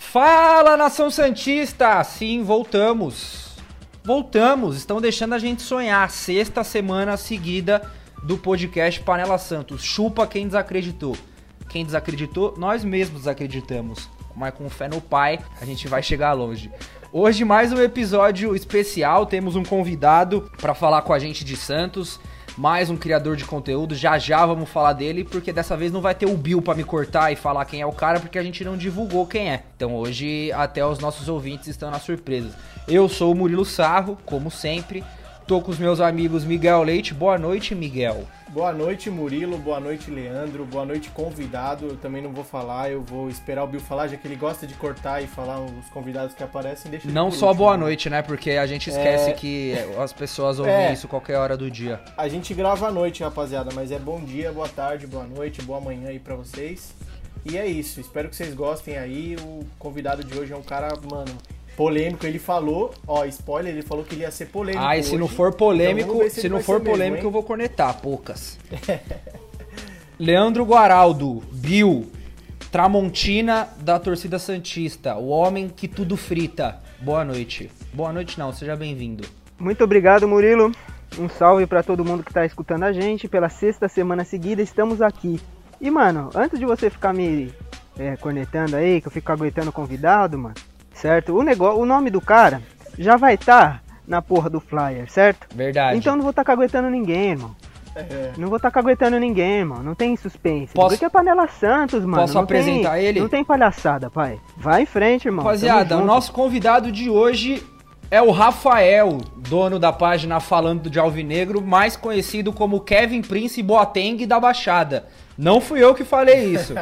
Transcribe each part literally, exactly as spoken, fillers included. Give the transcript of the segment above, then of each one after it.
Fala, nação santista! Sim, voltamos. Voltamos, estão deixando a gente sonhar. Sexta semana seguida do podcast Panela Santos. Chupa quem desacreditou. Quem desacreditou, nós mesmos desacreditamos. Mas com fé no pai, a gente vai chegar longe. Hoje mais um episódio especial, temos um convidado para falar com a gente de Santos. Mais um criador de conteúdo, já já vamos falar dele, porque dessa vez não vai ter o Bill pra me cortar e falar quem é o cara, porque a gente não divulgou quem é. Então hoje até os nossos ouvintes estão na surpresa. Eu sou o Murilo Sarro, como sempre, tô com os meus amigos Miguel Leite. Boa noite, Miguel. Boa noite, Murilo, boa noite, Leandro, boa noite, convidado. Eu também não vou falar, eu vou esperar o Bill falar, já que ele gosta de cortar e falar os convidados que aparecem. Deixa não só último, boa né? noite, né? Porque a gente esquece é... que as pessoas ouvem é... isso qualquer hora do dia. A gente grava à noite, rapaziada, mas é bom dia, boa tarde, boa noite, boa manhã aí pra vocês. E é isso, espero que vocês gostem aí. O convidado de hoje é um cara, mano, polêmico. Ele falou, ó, spoiler, ele falou que ele ia ser polêmico. Ah, e se hoje, não for polêmico, então se, se não for polêmico, mesmo, eu vou cornetar, poucas. Leandro Guaraldo, Bill, Tramontina da torcida santista, o homem que tudo frita. Boa noite. Boa noite não, seja bem-vindo. Muito obrigado, Murilo. Um salve pra todo mundo que tá escutando a gente. Pela sexta semana seguida, estamos aqui. E, mano, antes de você ficar me é, cornetando aí, que eu fico aguentando o convidado, mano, certo? O, negócio, o nome do cara já vai estar tá na porra do flyer, certo? Verdade. Então não vou estar tá caguetando ninguém, irmão. É. Não vou estar tá caguetando ninguém, irmão. Não tem suspense. Posso... Porque é Panela Santos, mano. Posso não apresentar tem, ele? Não tem palhaçada, pai. Vai em frente, irmão. Rapaziada, o nosso convidado de hoje é o Rafael, dono da página Falando de Alvinegro, mais conhecido como Kevin Prince Boateng da Baixada. Não fui eu que falei isso.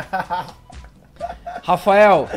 Rafael,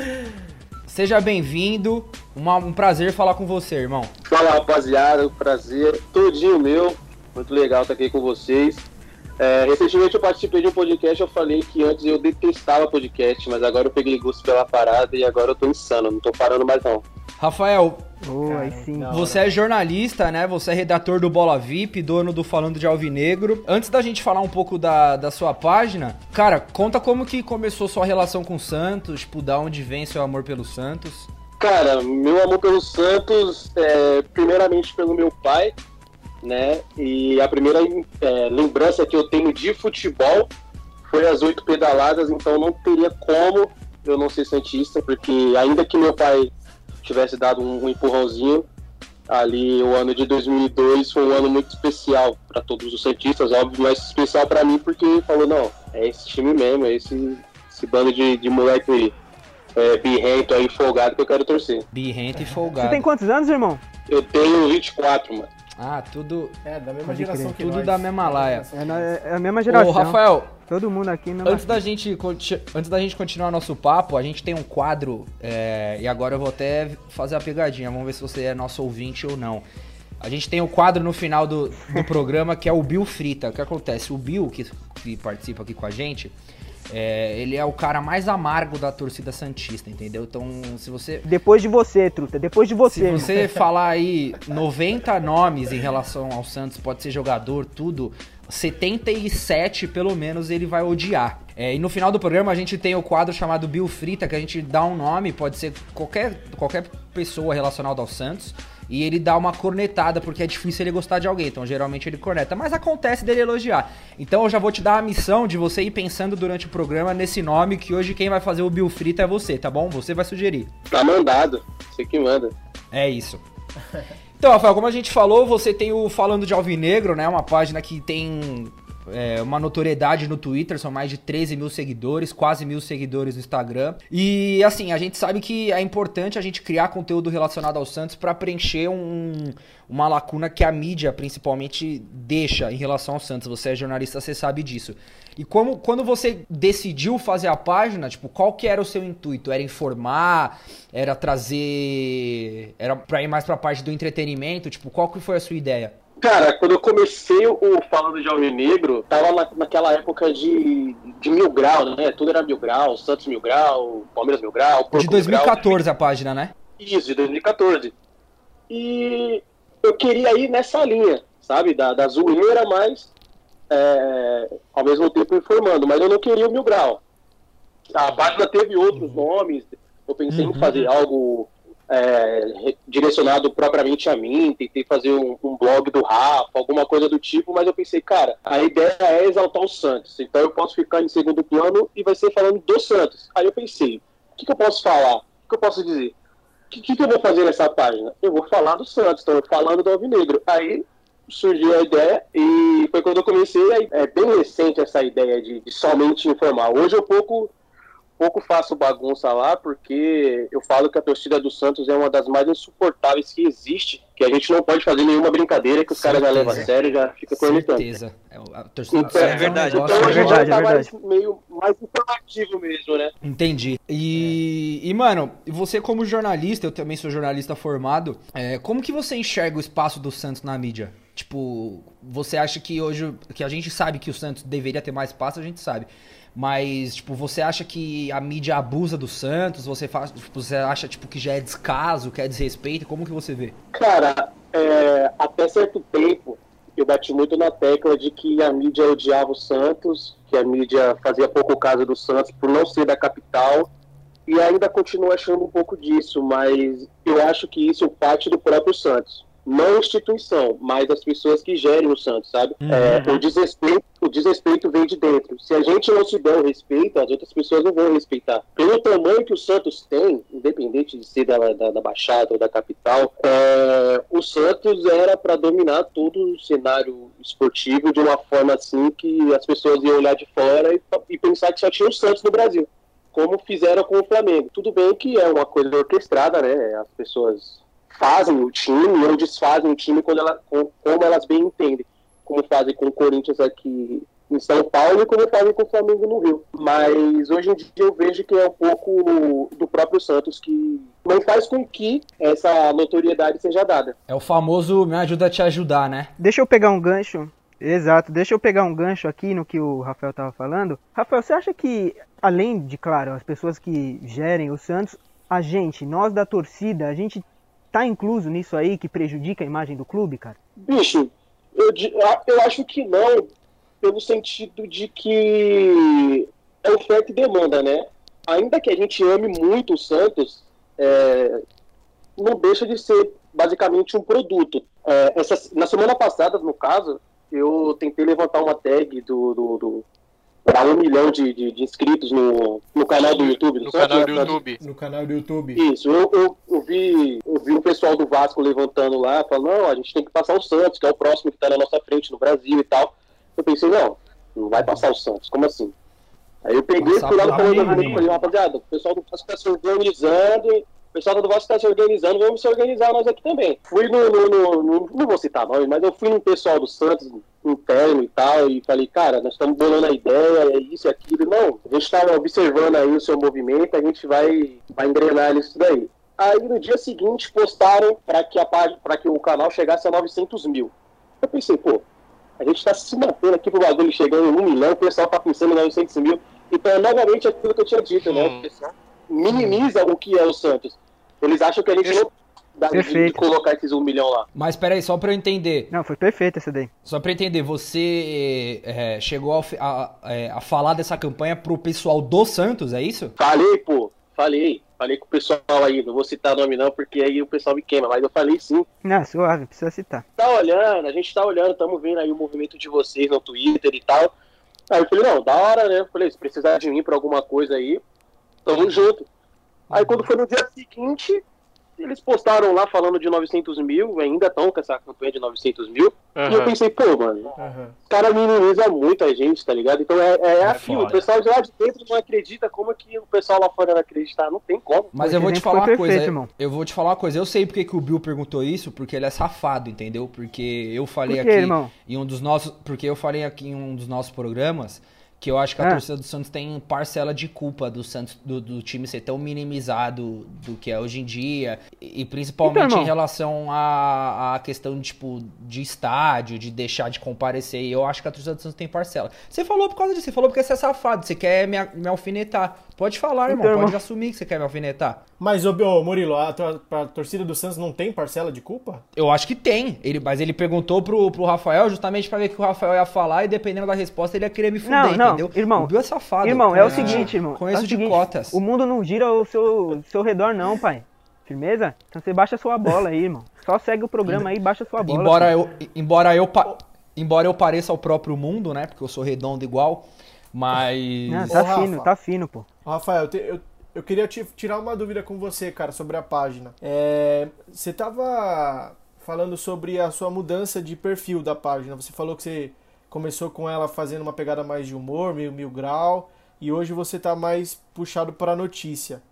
seja bem-vindo. Uma, um prazer falar com você, irmão. Fala, rapaziada. Um prazer todinho meu. Muito legal estar aqui com vocês. É, recentemente eu participei de um podcast. Eu falei que antes eu detestava podcast, mas agora eu peguei gosto pela parada e agora eu tô insano. Não tô parando mais, não. Rafael, oh, Cara, aí sim. você é jornalista, né? Você é redator do Bola V I P, dono do Falando de Alvinegro. Antes da gente falar um pouco da, da sua página, cara, conta como que começou sua relação com o Santos, tipo, da onde vem seu amor pelo Santos? Cara, meu amor pelo Santos é primeiramente pelo meu pai, né? E a primeira é, lembrança que eu tenho de futebol foi as oito pedaladas, então não teria como eu não ser santista, porque ainda que meu pai tivesse dado um, um empurrãozinho ali, o ano de dois mil e dois foi um ano muito especial para todos os santistas, óbvio, mas especial para mim porque falou, não, é esse time mesmo, é esse, esse bando de, de moleque é, birrento aí, folgado que eu quero torcer. Birrento e folgado. Você tem quantos anos, irmão? Eu tenho vinte e quatro, mano. Ah, tudo... É, da mesma geração que Tudo nós. da mesma laia. É, é a mesma geração. Ô, Rafael, todo mundo aqui... Antes da, gente, antes da gente continuar nosso papo, a gente tem um quadro, é, e agora eu vou até fazer a pegadinha, vamos ver se você é nosso ouvinte ou não. A gente tem um quadro no final do, do programa que é o Bill Frita. O que acontece? O Bill, que, que participa aqui com a gente... É, ele é o cara mais amargo da torcida santista, entendeu? Então, se você... Depois de você, truta, depois de você. Se você falar aí noventa nomes em relação ao Santos, pode ser jogador, tudo, setenta e sete pelo menos ele vai odiar. É, e no final do programa a gente tem o quadro chamado Bill Frita, que a gente dá um nome, pode ser qualquer, qualquer pessoa relacionada ao Santos, e ele dá uma cornetada, porque é difícil ele gostar de alguém, então geralmente ele corneta, mas acontece dele elogiar. Então eu já vou te dar a missão de você ir pensando durante o programa nesse nome, que hoje quem vai fazer o Bill Frita é você, tá bom? Você vai sugerir. Tá mandado, você que manda. É isso. Então, Rafael, como a gente falou, você tem o Falando de Alvinegro, né? Uma página que tem... É, uma notoriedade no Twitter, são mais de treze mil seguidores, quase mil seguidores no Instagram. E assim, a gente sabe que é importante a gente criar conteúdo relacionado ao Santos para preencher um, uma lacuna que a mídia principalmente deixa em relação ao Santos. Você é jornalista, você sabe disso. E como, quando você decidiu fazer a página, tipo, qual que era o seu intuito? Era informar? Era trazer... Era pra ir mais pra parte do entretenimento? Tipo, qual que foi a sua ideia? Cara, quando eu comecei o Falando de Alvinegro, tava na, naquela época de, de mil grau, né? Tudo era mil grau, Santos mil grau, Palmeiras mil grau, Porto de dois mil e quatorze grau. A página, né? Isso, de dois mil e quatorze. E eu queria ir nessa linha, sabe? Da, da zoeira, mas é, ao mesmo tempo informando. Mas eu não queria o mil grau. A página teve outros nomes, Eu pensei Uhum. em fazer algo é, direcionado propriamente a mim, tentei fazer um, um blog do Rafa, alguma coisa do tipo, mas eu pensei, cara, a ideia é exaltar o Santos, então eu posso ficar em segundo plano e vai ser falando do Santos. Aí eu pensei, o que, que eu posso falar? O que, que eu posso dizer? O que, que, que eu vou fazer nessa página? Eu vou falar do Santos, então falando do Alvinegro. Aí surgiu a ideia e foi quando eu comecei, a, é bem recente essa ideia de, de somente informar. Hoje eu pouco... pouco faço bagunça lá, porque eu falo que a torcida do Santos é uma das mais insuportáveis que existe, que a gente não pode fazer nenhuma brincadeira, que os caras já levam a sério e já fica cornetando. Certeza. É, a torcida do Então, Santos é verdade. um negócio- Então É a gente verdade, já é tá mais, verdade. meio mais informativo mesmo, né? Entendi. E, e, mano, você como jornalista, eu também sou jornalista formado, é, como que você enxerga o espaço do Santos na mídia? Tipo, você acha que hoje, que a gente sabe que o Santos deveria ter mais espaço, a gente sabe. Mas, tipo, você acha que a mídia abusa do Santos? Você, faz, tipo, você acha tipo, que já é descaso, que é desrespeito? Como que você vê? Cara, é, até certo tempo, eu bati muito na tecla de que a mídia odiava o Santos, que a mídia fazia pouco caso do Santos por não ser da capital, e ainda continuo achando um pouco disso, mas eu acho que isso parte do próprio Santos. Não a instituição, mas as pessoas que gerem o Santos, sabe? Uhum. É, o, desrespeito, o desrespeito vem de dentro. Se a gente não se der o respeito, as outras pessoas não vão respeitar. Pelo tamanho que o Santos tem, independente de ser da, da, da Baixada ou da capital, é, o Santos era para dominar todo o cenário esportivo de uma forma assim que as pessoas iam olhar de fora e, e pensar que só tinha o Santos no Brasil, como fizeram com o Flamengo. Tudo bem que é uma coisa orquestrada, né? As pessoas fazem o time ou desfazem o time quando ela, como elas bem entendem, como fazem com o Corinthians aqui em São Paulo e como fazem com o Flamengo no Rio. Mas hoje em dia eu vejo que é um pouco do próprio Santos que não faz com que essa notoriedade seja dada. É o famoso me ajuda a te ajudar, né? Deixa eu pegar um gancho. Exato, deixa eu pegar um gancho aqui no que o Rafael tava falando. Rafael, você acha que, além de, claro, as pessoas que gerem o Santos, a gente, nós da torcida, a gente tá incluso nisso aí que prejudica a imagem do clube, cara? Bicho, eu, eu acho que não, pelo sentido de que é oferta e demanda, né? Ainda que a gente ame muito o Santos, é, não deixa de ser basicamente um produto. É, essa, na semana passada, no caso, eu tentei levantar uma tag do, do, do para um milhão de, de, de inscritos no, no canal do YouTube. No Santos, canal do né? YouTube. No canal do YouTube. Isso, eu, eu, eu, vi, eu vi o pessoal do Vasco levantando lá, falando, não, a gente tem que passar o Santos, que é o próximo que está na nossa frente no Brasil e tal. Eu pensei, não, não vai passar o Santos, como assim? Aí eu peguei, Passar fui lá no pra canal do mim, YouTube e falei, rapaziada, o pessoal do Vasco está se organizando, o pessoal do Vasco está se organizando, vamos se organizar nós aqui também. Fui no, no, no, no não vou citar nome, mas eu fui no pessoal do Santos, interno e tal, e falei, cara, nós estamos bolando a ideia, é isso e aquilo. Não, a gente está observando aí o seu movimento, a gente vai, vai engrenar nisso daí. Aí no dia seguinte postaram para que, a página, para que o canal chegasse a novecentos mil. Eu pensei, pô, a gente está se mantendo aqui pro bagulho chegando em um milhão, o pessoal está pensando em novecentos mil. Então é novamente aquilo que eu tinha dito, né? O pessoal minimiza o que é o Santos. Eles acham que a gente não dá de, de colocar esses um milhão lá. Mas peraí, só pra eu entender. Não, foi perfeito essa daí. Só pra eu entender, você é, chegou a, a, a falar dessa campanha pro pessoal do Santos, é isso? Falei, pô, falei. Falei com o pessoal aí, não vou citar nome não, porque aí o pessoal me queima, mas eu falei sim. Não, suave, precisa citar. Tá olhando, a gente tá olhando, estamos vendo aí o movimento de vocês no Twitter e tal. Aí eu falei, não, da hora, né? Eu falei, se precisar de mim pra alguma coisa aí, tamo junto. Aí quando foi no dia seguinte, eles postaram lá falando de novecentos mil, ainda estão com essa campanha de novecentos mil, uhum. E eu pensei, pô, mano, uhum. O cara minimiza muito a gente, tá ligado? Então é, é, é aquilo, o pessoal de lá de dentro não acredita, como que o pessoal lá fora vai acreditar? Não tem como. Mas eu vou te falar uma coisa, perfeito, eu vou te falar uma coisa, eu sei porque que o Bill perguntou isso, porque ele é safado, entendeu? Porque eu falei Por quê, aqui irmão? em um dos nossos, porque eu falei aqui em um dos nossos programas, que eu acho que a ah. torcida do Santos tem parcela de culpa do Santos, do, do time ser tão minimizado do que é hoje em dia, e, e principalmente então, em relação à, à questão de, tipo, de estádio, de deixar de comparecer, e eu acho que a torcida do Santos tem parcela. Você falou por causa disso, você falou porque você é safado, você quer me, me alfinetar. Pode falar, irmão. Então, Pode irmão. assumir que você quer me alfinetar. Mas, ô, ô, Murilo, a, tor- a torcida do Santos não tem parcela de culpa? Eu acho que tem. Ele, mas ele perguntou pro, pro Rafael justamente pra ver o que o Rafael ia falar e dependendo da resposta ele ia querer me fuder, Não, não, entendeu? irmão. O Bill é safado. Irmão, é o Conheço de- seguinte, irmão. Conheço é o de seguinte, cotas. O mundo não gira ao seu, seu redor, não, pai. Firmeza? Então você baixa a sua bola aí, irmão. Só segue o programa aí e baixa a sua bola. Embora filho. eu, embora, eu, pa- embora eu pareça ao próprio mundo, né? Porque eu sou redondo igual. Mas. Não, Ô, tá Rafa. fino, tá fino, pô. Rafael, te- eu, eu queria te- tirar uma dúvida com você, cara, sobre a página. É, você tava falando sobre a sua mudança de perfil da página. Você falou que você começou com ela fazendo uma pegada mais de humor, meio mil grau, e hoje você tá mais puxado para a notícia.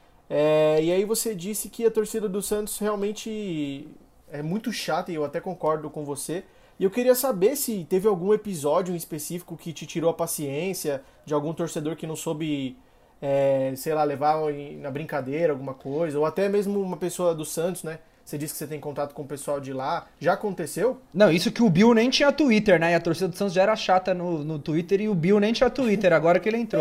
É, e aí você disse que a torcida do Santos realmente é muito chata, e eu até concordo com você. E eu queria saber se teve algum episódio em específico que te tirou a paciência, de algum torcedor que não soube, é, sei lá, levar em- na brincadeira alguma coisa, ou até mesmo uma pessoa do Santos, né? Você disse que você tem contato com o pessoal de lá. Já aconteceu? Não, isso que o Bill nem tinha Twitter, né? E a torcida do Santos já era chata no, no Twitter e o Bill nem tinha Twitter, agora que ele entrou.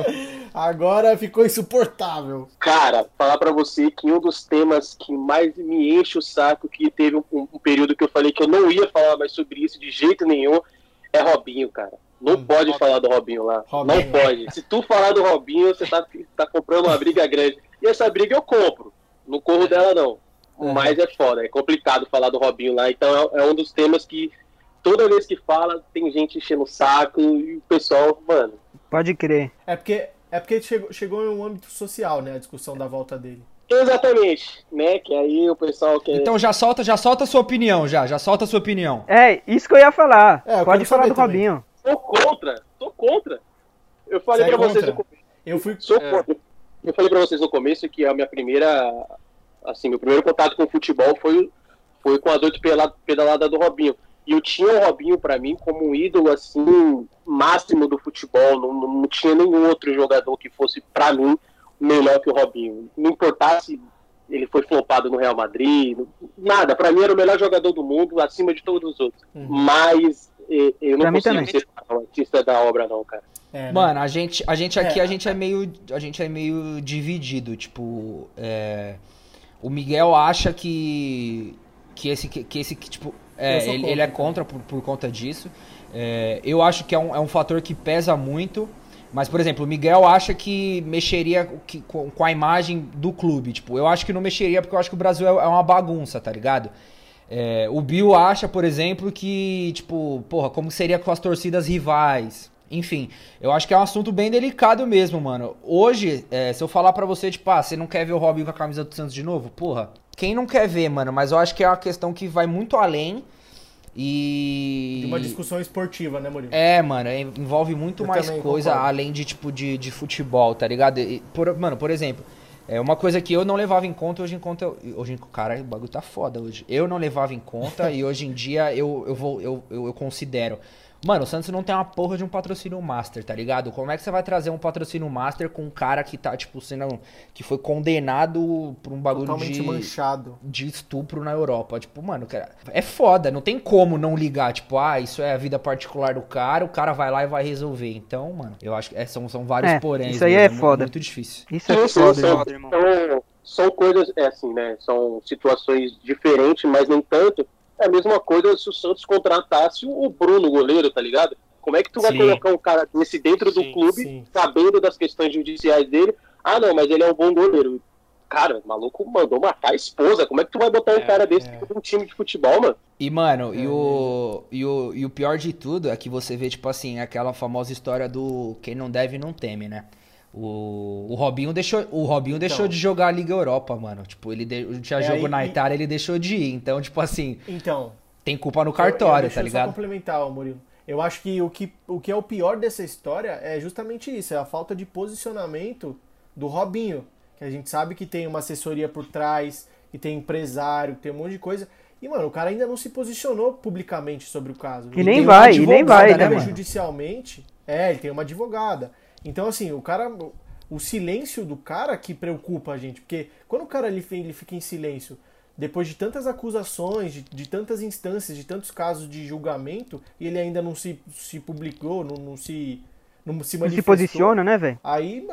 Agora ficou insuportável. Cara, falar pra você que um dos temas que mais me enche o saco, que teve um, um período que eu falei que eu não ia falar mais sobre isso de jeito nenhum, é Robinho, cara. Não Hum, pode Rob- falar do Robinho lá. Robinho. Não pode. Se tu falar do Robinho, você tá, tá comprando uma briga grande. E essa briga eu compro. Não corro dela, não. Uhum. Mas é foda, é complicado falar do Robinho lá. Então é, é um dos temas que toda vez que fala, tem gente enchendo o saco e o pessoal, mano. Pode crer. É porque, é porque chegou, chegou em um âmbito social, né? A discussão da volta dele. Exatamente, né? Que aí o pessoal quer. Então já solta, já solta a sua opinião, já. Já solta a sua opinião. É, isso que eu ia falar. É, eu Pode quero falar saber do Robinho. Tô contra, tô contra. Eu falei Você é pra vocês contra? no começo. Eu fui. Sou é, contra. Eu falei pra vocês no começo que a minha primeira. Assim, meu primeiro contato com o futebol foi, foi com as oito pela- pedaladas do Robinho. E eu tinha o Robinho pra mim como um ídolo, assim, máximo do futebol. Não, não, não tinha nenhum outro jogador que fosse, pra mim, melhor que o Robinho. Não importasse ele foi flopado no Real Madrid, nada. Pra mim era o melhor jogador do mundo, acima de todos os outros. Uhum. Mas eh, eu Pra não mim consigo também. ser um artista da obra, não, cara. é, né? Mano, a gente, a gente aqui, É. a gente é meio, a gente é meio dividido, tipo, é, o Miguel acha que, que esse, que, que esse, que, tipo, é, Eu sou ele, contra, ele é então. contra por, por conta disso. É, eu acho que é um, é um fator que pesa muito, mas, por exemplo, o Miguel acha que mexeria que- com, com a imagem do clube, tipo, eu acho que não mexeria porque eu acho que o Brasil é, é uma bagunça, tá ligado? É, o Bill acha, por exemplo, que, tipo, porra, como seria com as torcidas rivais? Enfim, eu acho que é um assunto bem delicado mesmo, mano. Hoje, é, se eu falar pra você, tipo, ah, você não quer ver o Robinho com a camisa do Santos de novo? Porra, quem não quer ver, mano? Mas eu acho que é uma questão que vai muito além e... De uma discussão esportiva, né, Murilo? É, mano, é- envolve muito Eu mais também coisa concordo. além de, tipo, de, de futebol, tá ligado? E, por, mano, por exemplo, é uma coisa que eu não levava em conta, hoje em conta, eu- hoje em cara, o bagulho tá foda hoje. Eu não levava em conta e hoje em dia eu, eu vou, eu, eu, eu considero. Mano, o Santos não tem uma porra de um patrocínio master, tá ligado? Como é que você vai trazer um patrocínio master com um cara que tá, tipo, sendo, que foi condenado por um bagulho Totalmente de manchado. de estupro na Europa. Tipo, mano, cara, é foda, não tem como não ligar. Tipo, ah, isso é a vida particular do cara, o cara vai lá e vai resolver. Então, mano, eu acho que é, são, são vários É, poréns. isso aí mesmo, é foda. Muito difícil. Isso é Sim, sim, foda, são, irmão. são, são coisas, é assim, né? São situações diferentes, mas nem tanto. É a mesma coisa se o Santos contratasse o Bruno, goleiro, tá ligado? Como é que tu vai Sim. colocar um cara desse dentro do Sim, clube, sim. sabendo das questões judiciais dele? Ah, não, mas ele é um bom goleiro. Cara, o maluco mandou matar a esposa. Como é que tu vai botar um É, cara desse é. dentro de um time de futebol, mano? E, mano, e, É, o, e, o, e o pior de tudo é que você vê, tipo assim, aquela famosa história do quem não deve não teme, né? O, o Robinho deixou, o Robinho deixou Então. de jogar a Liga Europa, mano. Tipo, ele de, já É, jogou aí- na e- Itália, ele deixou de ir. Então, tipo assim, Então, tem culpa no eu- eu- cartório, deixa tá eu só ligado? complementar, Murilo. Eu acho que o, que o que é o pior dessa história é justamente isso, é a falta de posicionamento do Robinho. Que a gente sabe que tem uma assessoria por trás, que tem empresário, que tem um monte de coisa. E, mano, o cara ainda não se posicionou publicamente sobre o caso. E Ele nem tem vai, uma e nem advogada, vai né, também. judicialmente. É, ele tem uma advogada. Então, assim, o cara. O silêncio do cara que preocupa a gente. Porque quando o cara ele, fi- ele fica em silêncio, depois de tantas acusações, de, de tantas instâncias, de tantos casos de julgamento, e ele ainda não se, se publicou, não, não se. Não se Não manifestou. se posiciona, né, velho? Aí, mano,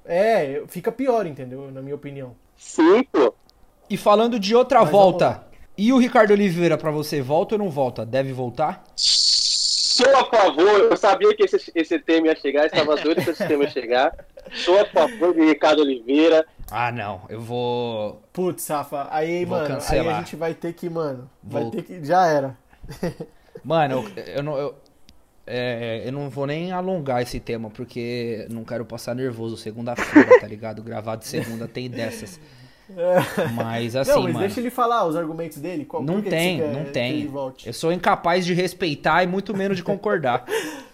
É, fica pior, entendeu? Na minha opinião. Sim, pô. E falando de outra Mas volta, e o Ricardo Oliveira pra você, volta ou não volta? Deve voltar? Sou a favor, eu sabia que esse, esse tema ia chegar, estava doido pra esse tema chegar. Sou a favor de Ricardo Oliveira. Ah, não, eu vou... Putz, Rafa, aí, Vou mano, cancelar. aí a gente vai ter que, mano, vai Vou- ter que, já era. Mano, eu, eu não... Eu... é, eu não vou nem alongar esse tema, porque não quero passar nervoso segunda-feira, tá ligado? Gravar de segunda tem dessas. Mas assim, Não, mas mano, deixa ele falar os argumentos dele. Qual, não por que que tem, você quer não que tem. ele volte? Eu sou incapaz de respeitar e muito menos de concordar.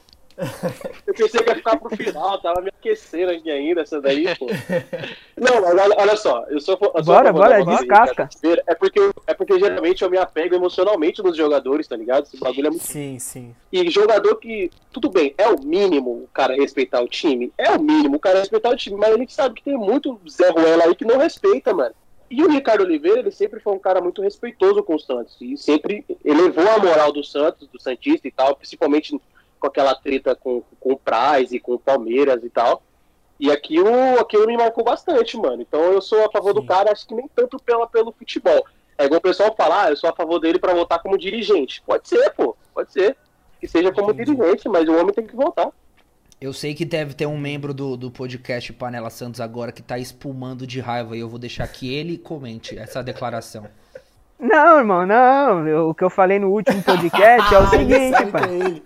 Eu pensei que ia ficar pro final, tava me aquecendo aqui ainda, essa daí, pô. Não, mas olha, olha só, eu sou, eu sou Bora, a favor bora, da volta do descasca. Ricardo Oliveira, É porque, é porque geralmente eu me apego emocionalmente nos jogadores, tá ligado? Esse bagulho é muito. Sim, sim. E jogador que, tudo bem, é o mínimo o cara respeitar o time, é o mínimo o cara respeitar o time, mas a gente sabe que tem muito Zé Ruela aí que não respeita, mano. E o Ricardo Oliveira, ele sempre foi um cara muito respeitoso com o Santos, e sempre elevou a moral do Santos, do Santista e tal, principalmente com aquela treta com, com o Praz e com o Palmeiras e tal. E aquilo, aquilo me marcou bastante, mano. Então eu sou a favor Sim. do cara, acho que nem tanto pela, pelo futebol. É igual o pessoal falar, ah, eu sou a favor dele pra votar como dirigente. Pode ser, pô, pode ser. Que seja como Entendi. dirigente, mas o homem tem que votar. Eu sei que deve ter um membro do, do podcast Panela Santos agora que tá espumando de raiva e eu vou deixar que ele comente essa declaração. Não, irmão, não. Eu- o que eu falei no último podcast é o Ah, ele seguinte, sabe que pai. é ele.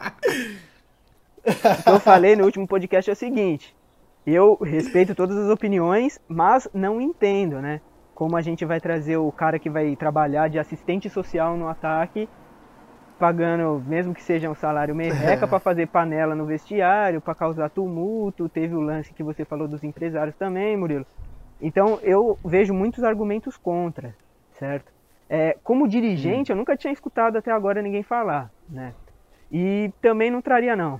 O que eu falei no último podcast é o seguinte. Eu respeito todas as opiniões, mas não entendo, né? Como a gente vai trazer o cara que vai trabalhar de assistente social no ataque, pagando, mesmo que seja um salário merreca, pra fazer panela no vestiário, pra causar tumulto. Teve o lance que você falou dos empresários também, Murilo. Então eu vejo muitos argumentos contra, certo? É, como dirigente, eu nunca tinha escutado até agora ninguém falar, né? E também não traria não.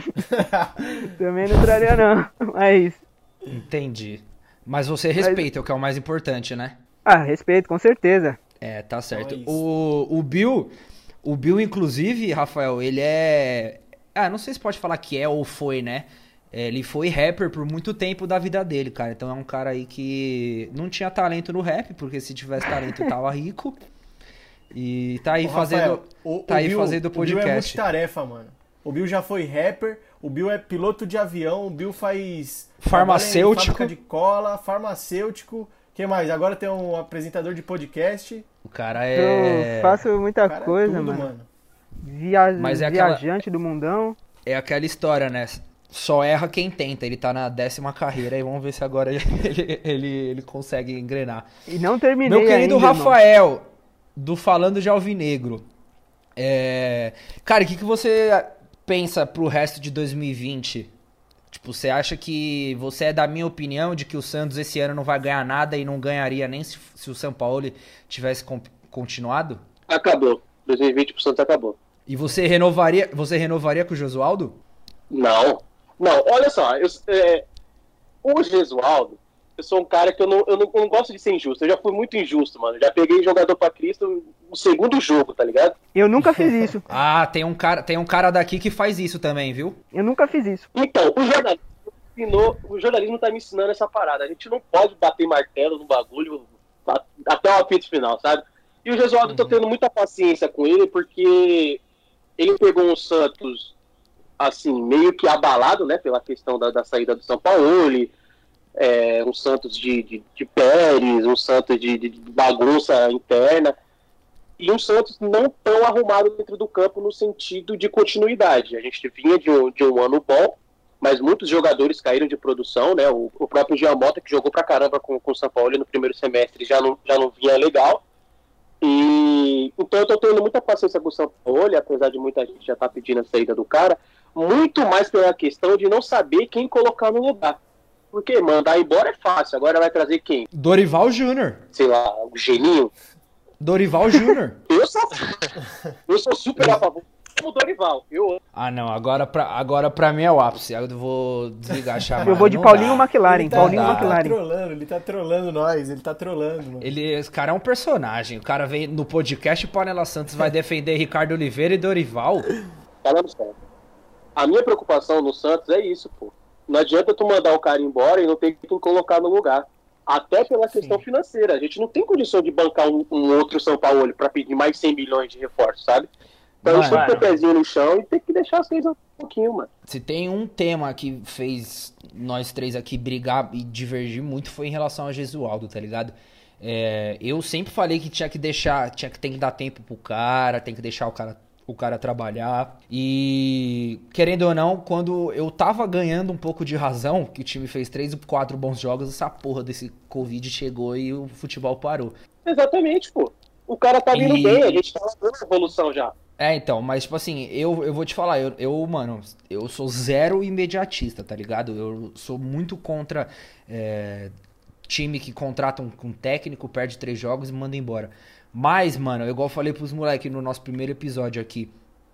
Também não traria não. Mas, Entendi. Mas você respeita, o que é o mais importante, né? ah, respeito, com certeza. É, tá certo. Então é isso. o, o Bill, o Bill, inclusive, Rafael, ele é... Ah, não sei se pode falar que é ou foi, né? É, ele foi rapper por muito tempo da vida dele, cara. Então é um cara aí que não tinha talento no rap, porque se tivesse talento tava rico. E tá aí Ô, fazendo, Rafael, o- tá o aí Bill- fazendo O Bill é podcast. multitarefa, mano. O Bill já foi rapper, o Bill é piloto de avião, o Bill faz... Farmacêutico. trabalha em fábrica de cola, farmacêutico. O que mais? Agora tem um apresentador de podcast. O cara é... Eu faço muita O cara é coisa, tudo, mano. Via... Mas é aquela- Viajante do mundão. É aquela história, né? Só erra quem tenta. Ele tá na décima carreira e vamos ver se agora ele, ele, ele consegue engrenar. E não terminei Meu querido ainda, irmão. Rafael, do Falando de Alvinegro. É... Cara, o que, que você pensa pro resto de dois mil e vinte? Tipo, você acha que... Você é da minha opinião de que o Santos esse ano não vai ganhar nada e não ganharia nem se, se o São Paulo tivesse com- continuado? Acabou. dois mil e vinte por cento acabou. E você renovaria, você renovaria com o Josualdo? Não. Não, olha só. Eu, é, o Gesualdo, eu sou um cara que eu não, eu, não, eu não gosto de ser injusto. Eu já fui muito injusto, mano. Já peguei jogador pra Cristo no segundo jogo, tá ligado? Eu nunca fiz isso. Ah, tem um cara, tem um cara daqui que faz isso também, viu? Eu nunca fiz isso. Então, o jornalismo, ensinou, o jornalismo tá me ensinando essa parada. A gente não pode bater martelo no bagulho até o apito final, sabe? E o Gesualdo, eu tô tendo muita paciência com ele, porque ele pegou um Santos, assim, meio que abalado, né, pela questão da, da saída do São Paulo, ele, é, um Santos de, de, de Pérez, um Santos de, de bagunça interna, e um Santos não tão arrumado dentro do campo no sentido de continuidade. A gente vinha de um, de um ano bom, mas muitos jogadores caíram de produção, né? O, o próprio Giamota, que jogou pra caramba com, com o São Paulo no primeiro semestre, já não, já não vinha legal. E então eu tô tendo muita paciência com o São Paulo, apesar de muita gente já estar tá pedindo a saída do cara, muito mais pela questão de não saber quem colocar no lugar. Porque mandar embora é fácil, agora vai trazer quem? Dorival Júnior. Sei lá, o Geninho? Dorival Júnior. Eu sou, eu sou super a favor do Dorival. Eu Ah, não. Agora pra, agora pra mim é o ápice. Eu vou desligar a chamada. Eu vou de Não Paulinho dá. McLaren. Ele tá, Paulinho dá. ele tá McLaren. trolando, ele tá trolando nós, ele tá trolando, mano. Ele, esse cara é um personagem. O cara vem no podcast Panela Santos, vai defender Ricardo Oliveira e Dorival. falando sério. A minha preocupação no Santos é isso, pô. Não adianta tu mandar o cara embora e não ter quem colocar no lugar. Até pela questão Sim. financeira. A gente não tem condição de bancar um, um outro São Paulo para pedir mais cem milhões de reforço, sabe? Então a gente tem que ter o pezinho no chão e tem que deixar as coisas um pouquinho, mano. Se tem um tema que fez nós três aqui brigar e divergir muito foi em relação a Gesualdo, tá ligado? É, eu sempre falei que tinha que deixar, tinha que tem que dar tempo pro cara, tem que deixar o cara, o cara trabalhar. E querendo ou não, quando eu tava ganhando um pouco de razão, que o time fez três ou quatro bons jogos, essa porra desse Covid chegou e o futebol parou. Exatamente, pô. O cara tá vindo e... bem, a gente tá vendo evolução já. É, então, mas tipo assim, eu, eu vou te falar, eu, eu, mano, eu sou zero imediatista, tá ligado? Eu sou muito contra é, time que contrata um, um técnico, perde três jogos e manda embora. Mas, mano, igual eu falei pros moleques no nosso primeiro episódio aqui,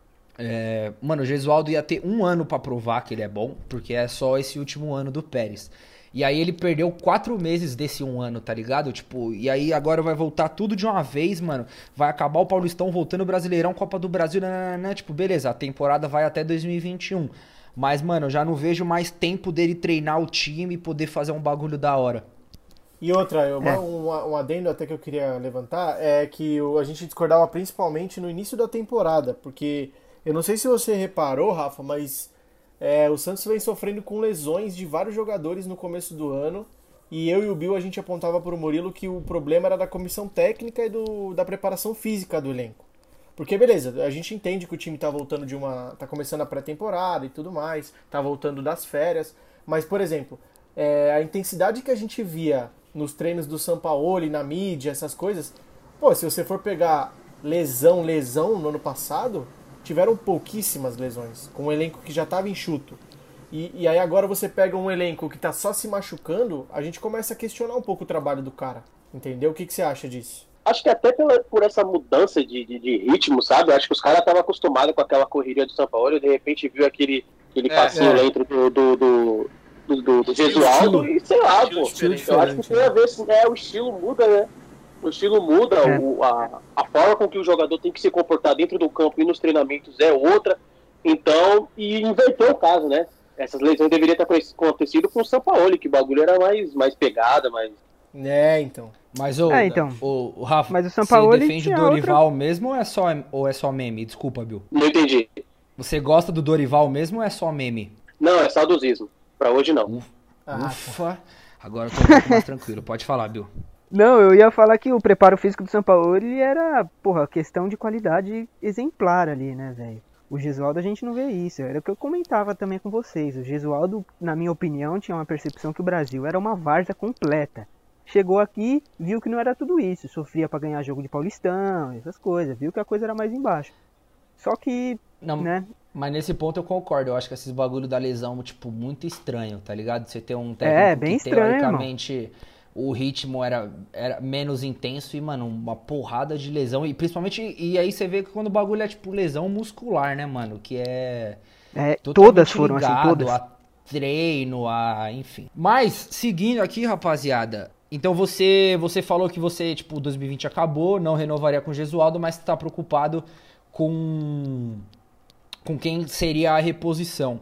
é, mano, o Gesualdo ia ter um ano pra provar que ele é bom, porque é só esse último ano do Pérez. E aí ele perdeu quatro meses desse um ano, tá ligado? Tipo, e aí agora vai voltar tudo de uma vez, mano. Vai acabar o Paulistão, voltando o Brasileirão, Copa do Brasil, nananana. Tipo, beleza, a temporada vai até dois mil e vinte e um. Mas, mano, eu já não vejo mais tempo dele treinar o time e poder fazer um bagulho da hora. E outra, eu, é. um, um adendo até que eu queria levantar, é que o, a gente discordava principalmente no início da temporada, porque eu não sei se você reparou, Rafa, mas... É, o Santos vem sofrendo com lesões de vários jogadores no começo do ano e eu e o Bill a gente apontava para o Murilo que o problema era da comissão técnica e do, da preparação física do elenco. Porque beleza, a gente entende que o time tá voltando de uma... tá começando a pré-temporada e tudo mais, tá voltando das férias, mas por exemplo, é, a intensidade que a gente via nos treinos do Sampaoli, na mídia, essas coisas, pô, se você for pegar lesão, lesão no ano passado... tiveram pouquíssimas lesões, com um elenco que já estava enxuto. E, e aí agora você pega um elenco que está só se machucando, a gente começa a questionar um pouco o trabalho do cara. Entendeu? O que, que você acha disso? Acho que até pela, por essa mudança de, de, de ritmo, sabe? Acho que os caras estavam acostumados com aquela correria do São Paulo e de repente viu aquele, aquele é, passinho é. lento do, do, do, do, do, do Gesualdo e sei lá, pô. Eu acho que tem a ver, é, o estilo muda, né? O estilo muda, é. o, a, a forma com que o jogador tem que se comportar dentro do campo e nos treinamentos é outra. Então, e inverteu o caso, né? Essas lesões deveriam ter acontecido com o Sampaoli, que o bagulho era mais, mais pegada, mais... É, então. Mas o, é, então. o, o Rafa, mas o Sampaoli você defende o Dorival outra... mesmo ou é, só, ou é só meme? Desculpa, Bill. Não entendi. Você gosta do Dorival mesmo ou é só meme? Não, é saudosismo. Pra hoje, não. Ufa. Ah, Ufa. Agora eu tô um pouco mais tranquilo. Pode falar, Bill. Não, eu ia falar que o preparo físico do Sampaoli era, porra, questão de qualidade exemplar ali, né, velho? O Gesualdo a gente não vê isso, era o que eu comentava também com vocês. O Gesualdo, na minha opinião, tinha uma percepção que o Brasil era uma várzea completa. Chegou aqui, viu que não era tudo isso, sofria pra ganhar jogo de Paulistão, essas coisas, viu que a coisa era mais embaixo. Só que, não, né... Mas nesse ponto eu concordo, eu acho que esses bagulho da lesão, tipo, muito estranho, tá ligado? Você ter um técnico é, bem que estranho, teoricamente... Irmão. O ritmo era, era menos intenso e, mano, uma porrada de lesão. E principalmente, e aí você vê que quando o bagulho é tipo lesão muscular, né, mano? Que é. É, todas foram assim, todas. A treino, a. Enfim. Mas, seguindo aqui, rapaziada. Então você, você falou que você, tipo, dois mil e vinte acabou, não renovaria com o Gesualdo, mas tá preocupado com. Com quem seria a reposição.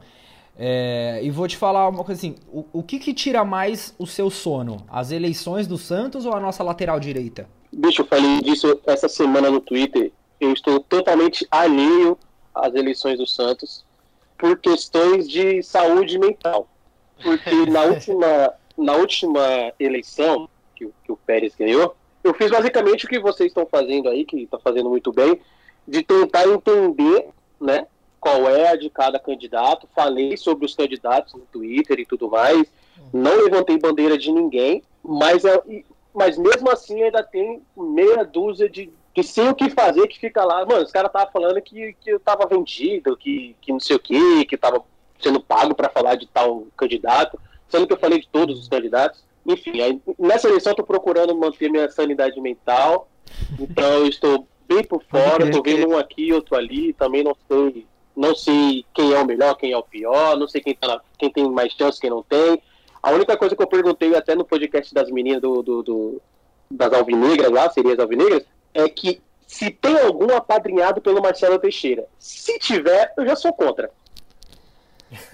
É, e vou te falar uma coisa assim, o, o que que tira mais o seu sono? As eleições do Santos ou a nossa lateral direita? Bicho, eu falei disso essa semana no Twitter, eu estou totalmente alheio às eleições do Santos por questões de saúde mental. Porque na última, na última eleição que, que o Pérez ganhou, eu fiz basicamente o que vocês estão fazendo aí, que está fazendo muito bem, de tentar entender, né? Qual é a de cada candidato, falei sobre os candidatos no Twitter e tudo mais, não levantei bandeira de ninguém, mas, mas mesmo assim ainda tem meia dúzia de, de sem o que fazer que fica lá, mano, os caras estavam falando que, que eu tava vendido, que, que não sei o que, que eu tava sendo pago para falar de tal candidato, sendo que eu falei de todos os candidatos, enfim, aí, nessa eleição eu tô procurando manter minha sanidade mental, então eu estou bem por fora, tô vendo um aqui, outro ali, também não sei... Não sei quem é o melhor, quem é o pior, não sei quem, tá na, quem tem mais chance, quem não tem. A única coisa que eu perguntei até no podcast das meninas do, do, do, das alvinegras lá, serias alvinegras, é que se tem algum apadrinhado pelo Marcelo Teixeira. Se tiver, eu já sou contra.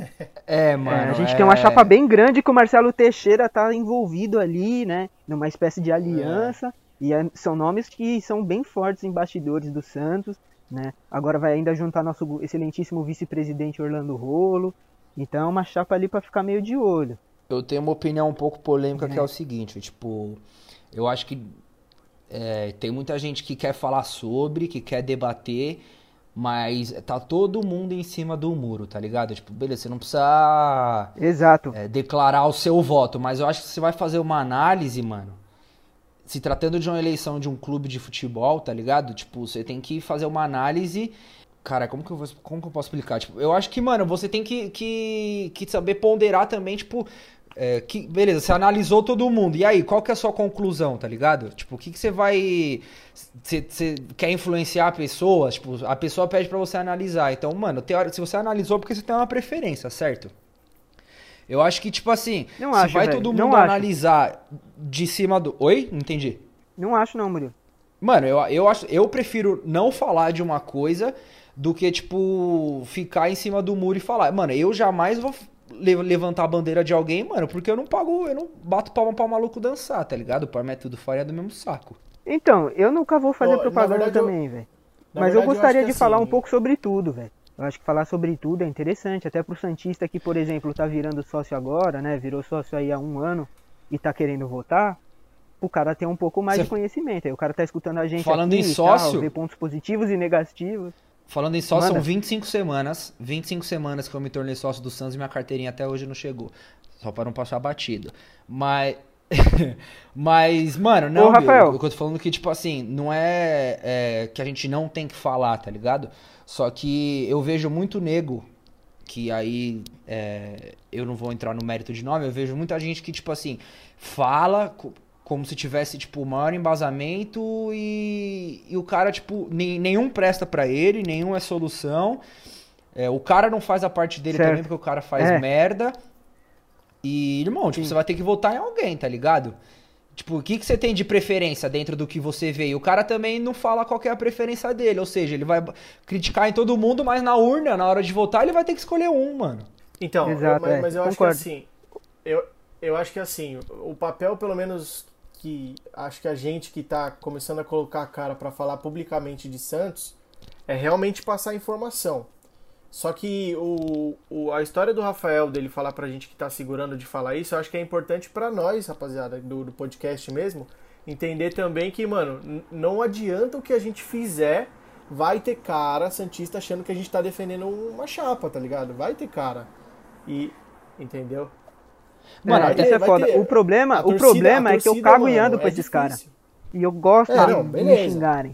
É, mano. É, a gente é... tem uma chapa bem grande que o Marcelo Teixeira tá envolvido ali, né? Numa espécie de aliança. É. E é, são nomes que são bem fortes em bastidores do Santos, né? Agora vai ainda juntar nosso excelentíssimo vice-presidente Orlando Rolo. Então é uma chapa ali pra ficar meio de olho. Eu tenho uma opinião um pouco polêmica, é. que é o seguinte, tipo, eu acho que é, tem muita gente que quer falar sobre, que quer debater, mas tá todo mundo em cima do muro, tá ligado? Tipo, beleza, você não precisa Exato. É, declarar o seu voto, mas eu acho que você vai fazer uma análise, mano, se tratando de uma eleição de um clube de futebol, tá ligado? Tipo, você tem que fazer uma análise... Cara, como que, eu vou, como que eu posso explicar? Tipo, eu acho que, mano, você tem que, que, que saber ponderar também, tipo... É, que, beleza, você analisou todo mundo. E aí, qual que é a sua conclusão, tá ligado? Tipo, o que, que você vai... Você, você quer influenciar a pessoa? Tipo, a pessoa pede pra você analisar. Então, mano, teórico, se você analisou, porque você tem uma preferência, certo? Eu acho que, tipo assim, não se acho, vai velho. todo Não mundo acho. analisar de cima do... Oi? Não entendi. Não acho não, Murilo. Mano, eu, eu, acho, eu prefiro não falar de uma coisa do que, tipo, ficar em cima do muro e falar. Mano, eu jamais vou levantar a bandeira de alguém, mano, porque eu não pago, eu não bato palma pra maluco dançar, tá ligado? O palma é tudo farinha do mesmo saco. Então, eu nunca vou fazer oh, propaganda verdade, também, velho. Mas verdade, eu gostaria eu de assim, falar um pouco sobre tudo, velho. Eu acho que falar sobre tudo é interessante, até pro santista que, por exemplo, tá virando sócio agora, né? Virou sócio aí há um ano e tá querendo votar. O cara tem um pouco mais Cê... de conhecimento. Aí o cara tá escutando a gente Falando aqui em sócio, tal, ver pontos positivos e negativos. Falando em sócio, Manda. são vinte e cinco semanas. vinte e cinco semanas que eu me tornei sócio do Santos e minha carteirinha até hoje não chegou. Só para não passar batido. Mas... Mas, mano, não, Ô, Rafael. o que eu tô falando que, tipo assim, não é, é que a gente não tem que falar, tá ligado? Só que eu vejo muito nego, que aí é, eu não vou entrar no mérito de nome, eu vejo muita gente que, tipo assim, fala como se tivesse, tipo, o maior embasamento e, e o cara, tipo, nem, nenhum presta pra ele, nenhum é solução. É, o cara não faz a parte dele certo. também, porque o cara faz é. merda. E, irmão, tipo, Sim. você vai ter que votar em alguém, tá ligado? Tipo, o que, que você tem de preferência dentro do que você vê? E o cara também não fala qual que é a preferência dele. Ou seja, ele vai criticar em todo mundo, mas na urna, na hora de votar, ele vai ter que escolher um, mano. Então, Exato, eu, mas, é. mas eu Concordo. acho que assim... Eu, eu acho que assim, o papel, pelo menos, que acho que a gente que tá começando a colocar a cara pra falar publicamente de Santos, é realmente passar informação. Só que o, o, a história do Rafael, dele falar pra gente que tá segurando de falar isso, eu acho que é importante pra nós, rapaziada, do, do podcast mesmo, entender também que, mano, n- não adianta o que a gente fizer, vai ter cara santista achando que a gente tá defendendo uma chapa, tá ligado? Vai ter cara. E, entendeu? Mano, é, até isso é vai foda. ter- O problema, a o torcida- problema a é que eu torcida, cago mano, e ando é pra esses caras. difícil. E eu gosto É, de não, me beleza. xingarem.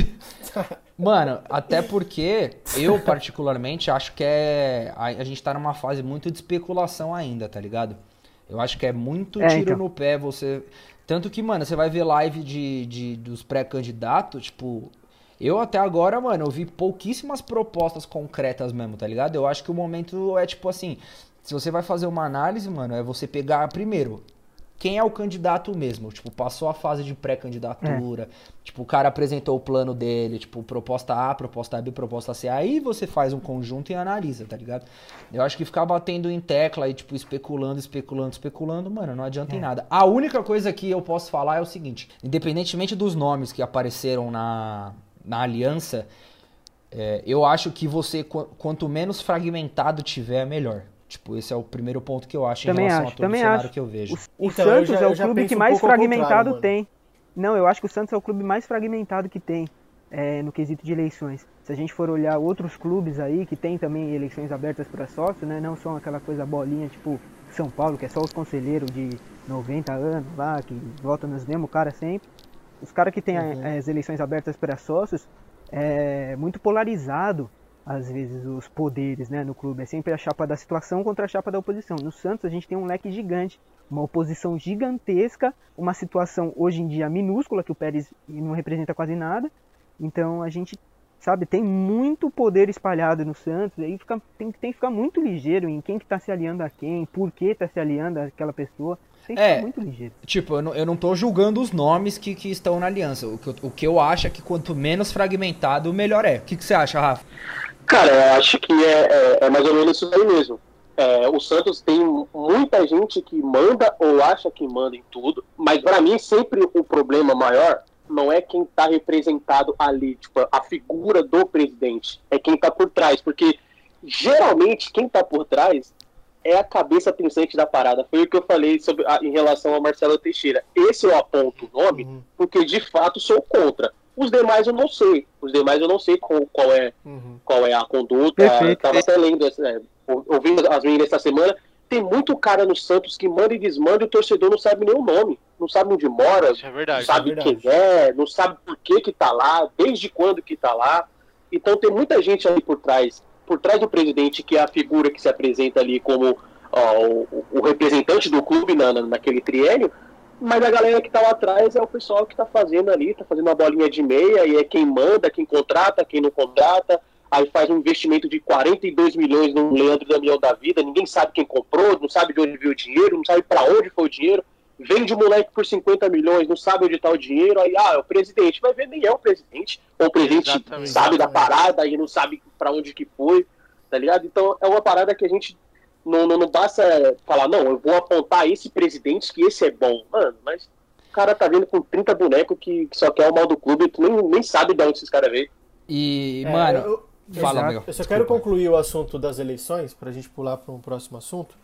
Mano, até porque eu, particularmente, acho que é. A, a gente tá numa fase muito de especulação ainda, tá ligado? Eu acho que é muito É, tiro então. no pé você. Tanto que, mano, você vai ver live de, de, dos pré-candidatos, tipo. Eu até agora, mano, eu vi pouquíssimas propostas concretas mesmo, tá ligado? Eu acho que o momento é tipo assim. Se você vai fazer uma análise, mano, é você pegar primeiro. Quem é o candidato mesmo? Tipo, passou a fase de pré-candidatura. É. Tipo, o cara apresentou o plano dele. Tipo, proposta A, proposta B, proposta C. Aí você faz um conjunto e analisa, tá ligado? Eu acho que ficar batendo em tecla e, tipo, especulando, especulando, especulando, mano, não adianta É. em nada. A única coisa que eu posso falar é o seguinte. Independentemente dos nomes que apareceram na, na aliança, é, eu acho que você, qu- quanto menos fragmentado tiver, melhor. Tipo, esse é o primeiro ponto que eu acho Também em relação acho, a todo o também cenário acho. que eu vejo. O, o Então, eu Santos já- é eu o já clube penso que um mais pouco ao fragmentado contrário, mano. tem. Não, eu acho que o Santos é o clube mais fragmentado que tem é, no quesito de eleições. Se a gente for olhar outros clubes aí que tem também eleições abertas para sócio, né? Não são aquela coisa bolinha tipo São Paulo, que é só os conselheiros de noventa anos lá, que votam nos mesmos caras sempre. Os caras que têm Uhum. a- as eleições abertas para sócios, é muito polarizado às vezes os poderes, né, no clube. É sempre a chapa da situação contra a chapa da oposição. No Santos a gente tem um leque gigante, uma oposição gigantesca, uma situação hoje em dia minúscula, que o Pérez não representa quase nada. Então a gente, sabe, tem muito poder espalhado no Santos, aí fica, tem, tem que ficar muito ligeiro em quem que tá se aliando a quem, por que tá se aliando àquela pessoa. Tem que É. ficar muito ligeiro. Tipo, eu não, eu não tô julgando os nomes que, que estão na aliança. O que, eu, o que eu acho é que quanto menos fragmentado, melhor é. O que, que você acha, Rafa? Cara, eu acho que é, é, é mais ou menos isso aí mesmo. é, o Santos tem muita gente que manda ou acha que manda em tudo, mas para mim sempre o problema maior não é quem está representado ali, tipo, a figura do presidente, é quem está por trás, porque geralmente quem está por trás é a cabeça pensante da parada. Foi o que eu falei sobre, a, em relação ao Marcelo Teixeira. Esse eu aponto o nome, uhum. porque de fato sou contra. Os demais eu não sei. Os demais eu não sei qual, qual, é, uhum. qual é a conduta. Estava até lendo, é, ouvindo as meninas essa semana. Tem muito cara no Santos que manda e desmanda e o torcedor não sabe nem o nome. Não sabe onde mora, é verdade, não sabe é verdade. quem é, não sabe por que que tá lá, desde quando que tá lá. Então tem muita gente ali por trás, por trás do presidente, que é a figura que se apresenta ali como ó, o, o representante do clube na, na, naquele triênio, mas a galera que tá lá atrás é o pessoal que tá fazendo ali, tá fazendo uma bolinha de meia, e é quem manda, quem contrata, quem não contrata. Aí faz um investimento de quarenta e dois milhões no Leandro Damião da vida, ninguém sabe quem comprou, não sabe de onde veio o dinheiro, não sabe para onde foi o dinheiro, vende o moleque por cinquenta milhões, não sabe onde está o dinheiro, aí, ah, é o presidente, vai ver, nem é o presidente, ou o presidente Exatamente. sabe da parada e não sabe para onde que foi, tá ligado? Então é uma parada que a gente não, não, não basta falar, não, eu vou apontar esse presidente que esse é bom, mano, mas o cara tá vindo com trinta bonecos que, que só quer o mal do clube, tu nem, nem sabe de onde esses caras veio. E, é, mano... Eu... Fala, Exato. meu. Eu só quero concluir o assunto das eleições, pra gente pular para um próximo assunto,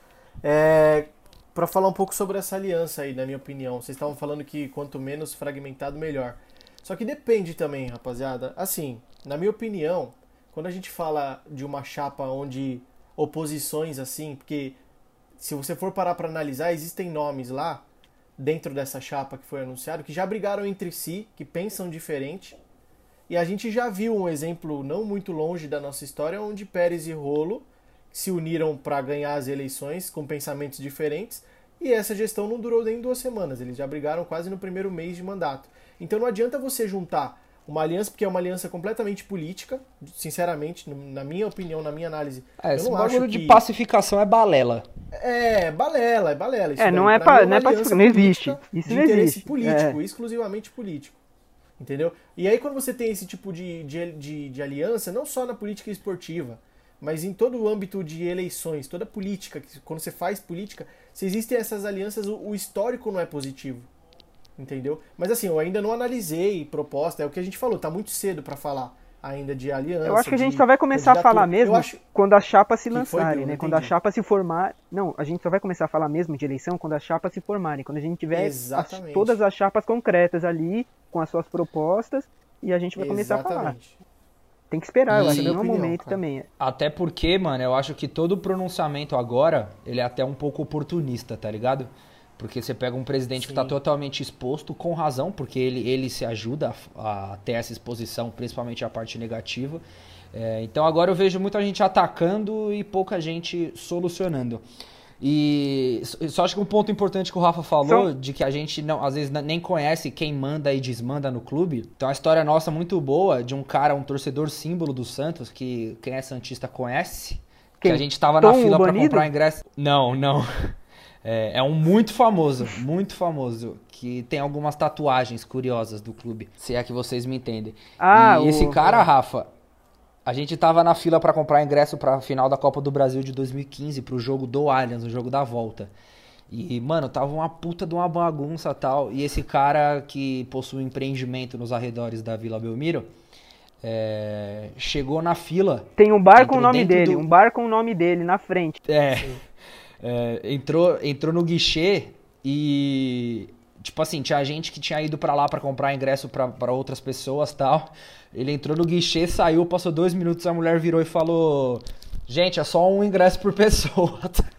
é, para falar um pouco sobre essa aliança aí, na minha opinião. Vocês estavam falando que quanto menos fragmentado, melhor. Só que depende também, rapaziada. Assim, na minha opinião, quando a gente fala de uma chapa onde oposições assim, porque se você for parar para analisar, existem nomes lá, dentro dessa chapa que foi anunciado, que já brigaram entre si, que pensam diferente. E a gente já viu um exemplo não muito longe da nossa história, onde Pérez e Rolo se uniram para ganhar as eleições com pensamentos diferentes, e essa gestão não durou nem duas semanas, eles já brigaram quase no primeiro mês de mandato. Então não adianta você juntar uma aliança, porque é uma aliança completamente política, sinceramente, na minha opinião, na minha análise. É, eu esse não bagulho acho de que... pacificação é balela. É, balela, é balela. Isso é, não daí. é, Pra pa, mim é não é pacificação, não existe. Isso de não interesse existe. político, É. exclusivamente político. Entendeu? E aí quando você tem esse tipo de, de, de, de aliança, não só na política esportiva, mas em todo o âmbito de eleições, toda política, quando você faz política, se existem essas alianças, o, o histórico não é positivo. Entendeu? Mas assim, eu ainda não analisei proposta, é o que a gente falou, tá muito cedo pra falar ainda de aliança. Eu acho que a gente de só vai começar a falar mesmo acho... quando as chapas se Que lançarem, foi, né? não Quando a entendi. chapa se formar. Não, a gente só vai começar a falar mesmo de eleição quando as chapas se formarem. Quando a gente tiver as, Exatamente. todas as chapas concretas ali, com as suas propostas, e a gente vai começar a falar. Exatamente. Tem que esperar, eu E- acho que Minha não é o opinião, momento cara. também. Até porque, mano, eu acho que todo pronunciamento agora, ele é até um pouco oportunista, tá ligado? Porque você pega um presidente que tá Sim. totalmente exposto, com razão, porque ele, ele se ajuda a, a ter essa exposição, principalmente a parte negativa. É, então agora eu vejo muita gente atacando e pouca gente solucionando. E s- só acho que um ponto importante que o Rafa falou, Só- de que a gente não, às vezes n- nem conhece quem manda e desmanda no clube. Então a história nossa muito boa de um cara, um torcedor símbolo do Santos, que quem é santista conhece. Que Quem? a gente tava na Tom, o fila pra banido? comprar ingresso. Não, não. É, é um muito famoso, muito famoso, que tem algumas tatuagens curiosas do clube, se é que vocês me entendem. Ah, e esse o- cara, Rafa, a gente tava na fila pra comprar ingresso pra final da Copa do Brasil de dois mil e quinze, pro jogo do Allianz, o jogo da volta. E, mano, tava uma puta de uma bagunça e tal. E esse cara que possui um empreendimento nos arredores da Vila Belmiro, é, chegou na fila. Tem um bar com o entrou nome dentro dele, do- um bar com o nome dele na frente. É, é, entrou, entrou no guichê e, tipo assim, tinha gente que tinha ido pra lá pra comprar ingresso pra, pra outras pessoas e tal. Ele entrou no guichê, saiu, passou dois minutos, a mulher virou e falou: gente, é só um ingresso por pessoa.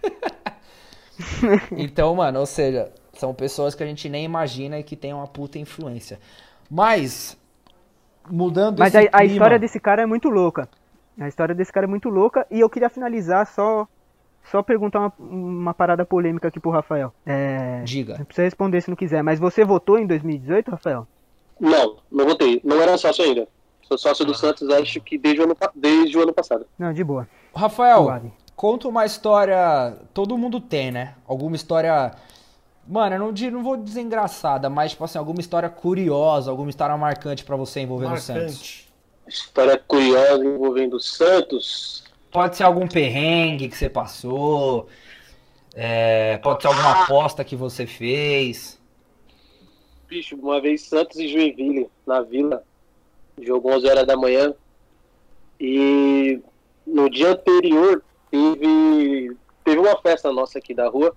Então, mano, ou seja, são pessoas que a gente nem imagina e que tem uma puta influência. Mas, mudando Mas esse a, a clima- história desse cara é muito louca. A história desse cara é muito louca. E eu queria finalizar só, só perguntar uma, uma parada polêmica aqui pro Rafael. É, Diga. não precisa responder se não quiser, mas você votou em dois mil e dezoito, Rafael? Não, não votei. Não era sócio ainda. Sou sócio do Santos, acho que desde o ano, pa- desde o ano passado. Não, de boa. Rafael, Suave. conta uma história. Todo mundo tem, né? Alguma história. Mano, eu não, di- não vou dizer engraçada, mas, tipo assim, alguma história curiosa, alguma história marcante pra você envolvendo o Santos. Marcante. História curiosa envolvendo o Santos. Pode ser algum perrengue que você passou, é, pode ser alguma aposta que você fez. Bicho, uma vez Santos e Joinville, na Vila, jogo onze horas da manhã, e no dia anterior teve, teve uma festa nossa aqui da rua,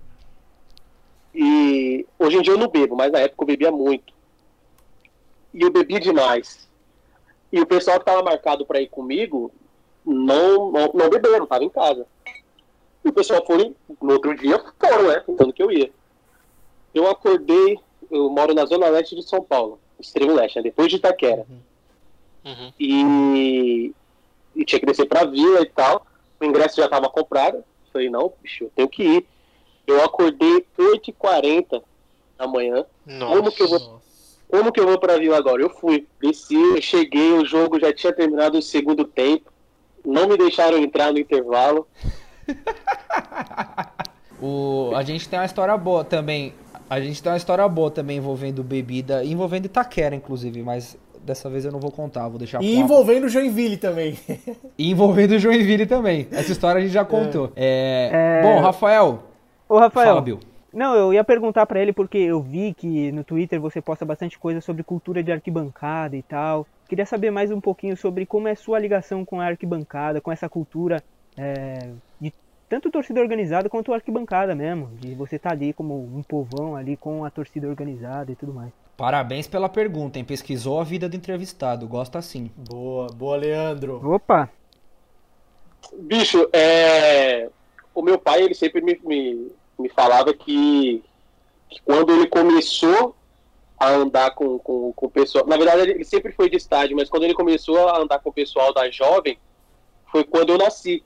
e hoje em dia eu não bebo, mas na época eu bebia muito. E eu bebia demais. E o pessoal que tava marcado para ir comigo não, não, não beberam, tava em casa. E o pessoal foi, no outro dia, foram, né? Tentando que eu ia. Eu acordei, eu moro na zona leste de São Paulo, extremo leste, né? Depois de Itaquera. Uhum. Uhum. E, e tinha que descer pra vila e tal. O ingresso já tava comprado. Falei, não, bicho, eu tenho que ir. Eu acordei oito e quarenta da manhã. Nossa. Como que eu vou... Como que eu vou pra Vila agora? Eu fui, desci, eu cheguei, o jogo já tinha terminado o segundo tempo, não me deixaram entrar no intervalo. O, a gente tem uma história boa também, a gente tem uma história boa também envolvendo bebida, envolvendo Itaquera, inclusive, mas dessa vez eu não vou contar, vou deixar... E pra... envolvendo Joinville também. E envolvendo Joinville também, essa história a gente já contou. É... É... Bom, Rafael, Ô, Rafael, fala, Bill. Não, eu ia perguntar pra ele porque eu vi que no Twitter você posta bastante coisa sobre cultura de arquibancada e tal. Queria saber mais um pouquinho sobre como é sua ligação com a arquibancada, com essa cultura é, de tanto torcida organizada quanto arquibancada mesmo. De você estar ali como um povão ali com a torcida organizada e tudo mais. Parabéns pela pergunta, hein? Pesquisou a vida do entrevistado, gosta assim. Boa, boa, Leandro. Opa! Bicho, é... o meu pai, ele sempre me... me... me falava que, que quando ele começou a andar com, com, com o pessoal... Na verdade, ele sempre foi de estádio, mas quando ele começou a andar com o pessoal da Jovem, foi quando eu nasci.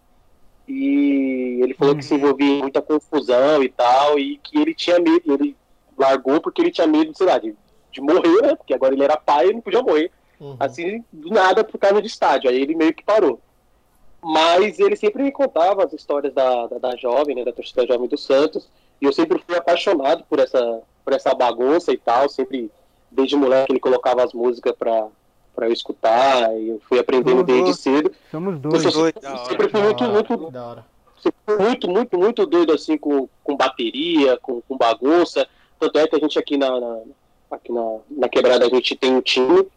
E ele falou Uhum. que se envolvia em muita confusão e tal, e que ele tinha medo, ele largou porque ele tinha medo, sei lá, de, de morrer, né? Porque agora ele era pai e não podia morrer. Uhum. Assim, do nada, por causa de estádio. Aí ele meio que parou. Mas ele sempre me contava as histórias da, da, da Jovem, né, da torcida Jovem do Santos, e eu sempre fui apaixonado por essa, por essa bagunça e tal, sempre, desde moleque, ele colocava as músicas pra, pra eu escutar, e eu fui aprendendo Uhum. desde cedo. Somos Eu dois. sou- Doido, sempre, da hora. sempre fui muito, Da hora, muito, da hora. sempre fui muito, muito, muito doido, assim, com, com bateria, com, com bagunça, tanto é que a gente aqui na, na, aqui na, na Quebrada, a gente tem um time,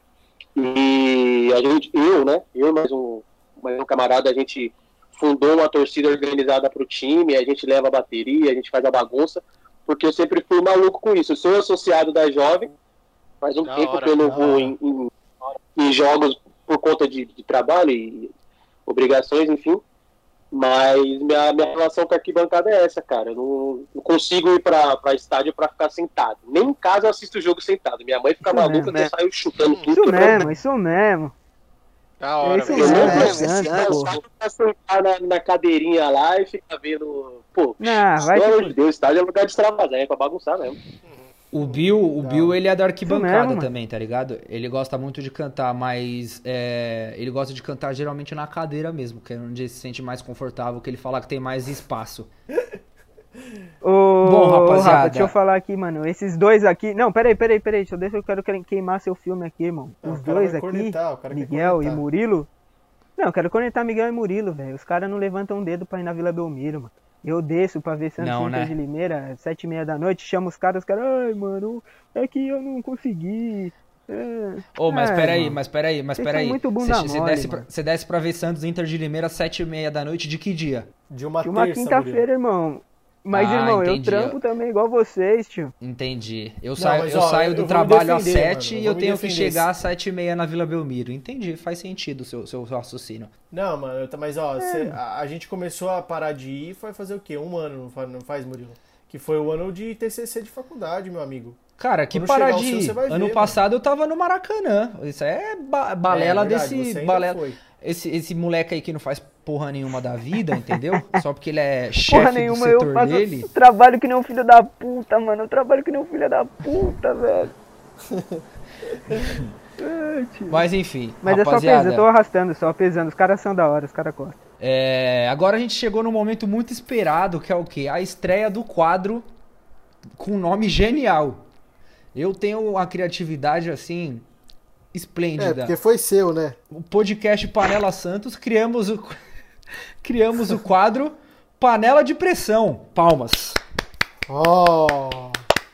e a gente, eu, né, eu e mais um, mais um camarada, a gente fundou uma torcida organizada para o time, a gente leva a bateria, a gente faz a bagunça, porque eu sempre fui maluco com isso. Eu sou associado da Jovem, faz um Da tempo hora, que eu não da vou hora. em, em, em jogos por conta de, de trabalho e obrigações, enfim, mas minha, minha relação com a arquibancada é essa, cara. Eu não, não consigo ir para estádio para ficar sentado. Nem em casa eu assisto o jogo sentado. Minha mãe fica Isso maluca mesmo, que eu né? saio chutando tudo. Isso quebrando mesmo, isso mesmo. Da hora, Isso velho. Eu mesmo, não é consigo Santos, eu porra. saio pra sentar na, na cadeirinha lá e ficar vendo. Pô, Não, vai pelo te amor de Deus, estádio é lugar de extravasar, é pra bagunçar mesmo. O Bill, o Não. Bill, ele é da arquibancada mesmo, mano. também, tá ligado? Ele gosta muito de cantar, mas é, ele gosta de cantar geralmente na cadeira mesmo, que é onde ele se sente mais confortável, que ele fala que tem mais espaço. Ô, Bom, rapaziada. Rafa, deixa eu falar aqui, mano. Esses dois aqui. Não, peraí, peraí, peraí. Deixa eu, deixa eu quero que- queimar seu filme aqui, irmão. Não, Os o cara dois vai aqui, cornetar, o cara quer Miguel e cornetar. Murilo. Não, eu quero conectar Miguel e Murilo, velho. Os caras não levantam um dedo pra ir na Vila Belmiro, mano. Eu desço pra ver Santos Não, Inter né? de Limeira, sete e meia da noite, chamo os caras, os caras, ai, mano, é que eu não consegui. É... Ô, mas É, peraí, mano. mas peraí, mas Vocês peraí. são muito bunda Você mole, desce, pra- mano. você desce pra ver Santos Inter de Limeira às sete e meia da noite de que dia? De uma, De uma terça, quinta-feira, irmão. Mas, Ah, irmão, eu entendi. trampo também igual vocês, tio. Entendi. Eu saio, mas, eu ó, saio eu do vou me trabalho às defender, sete mano, eu e vou eu me tenho que defender. chegar às sete e meia na Vila Belmiro. Entendi, faz sentido o seu, seu raciocínio. Não, mano, eu- mas É. ó, cê- a, a gente começou a parar de ir, foi fazer o quê? Um ano, não faz, não faz, Murilo? Que foi o ano de T C C de faculdade, meu amigo. Cara, que Quando parar chegar o de seu, ir. você vai Ano ver, passado eu tava no Maracanã. Isso é ba- balela É, verdade, desse. você ainda Balela, foi. esse, esse moleque aí que não faz porra nenhuma da vida, entendeu? Só porque ele é Porra chefe do nenhuma, eu setor faço dele. trabalho que nem um filho da puta, mano. Eu trabalho que nem um filho da puta, velho. Ai, tio. Mas enfim, Mas é só rapaziada. pesando, eu tô arrastando, só pesando. Os caras são da hora, os caras gostam. É, agora a gente chegou num momento muito esperado, que é o quê? A estreia do quadro com um nome genial. Eu tenho uma criatividade, assim, É, esplêndida. porque foi seu, né? O podcast Panela Santos, criamos o... criamos o quadro Panela de Pressão. Palmas. Oh!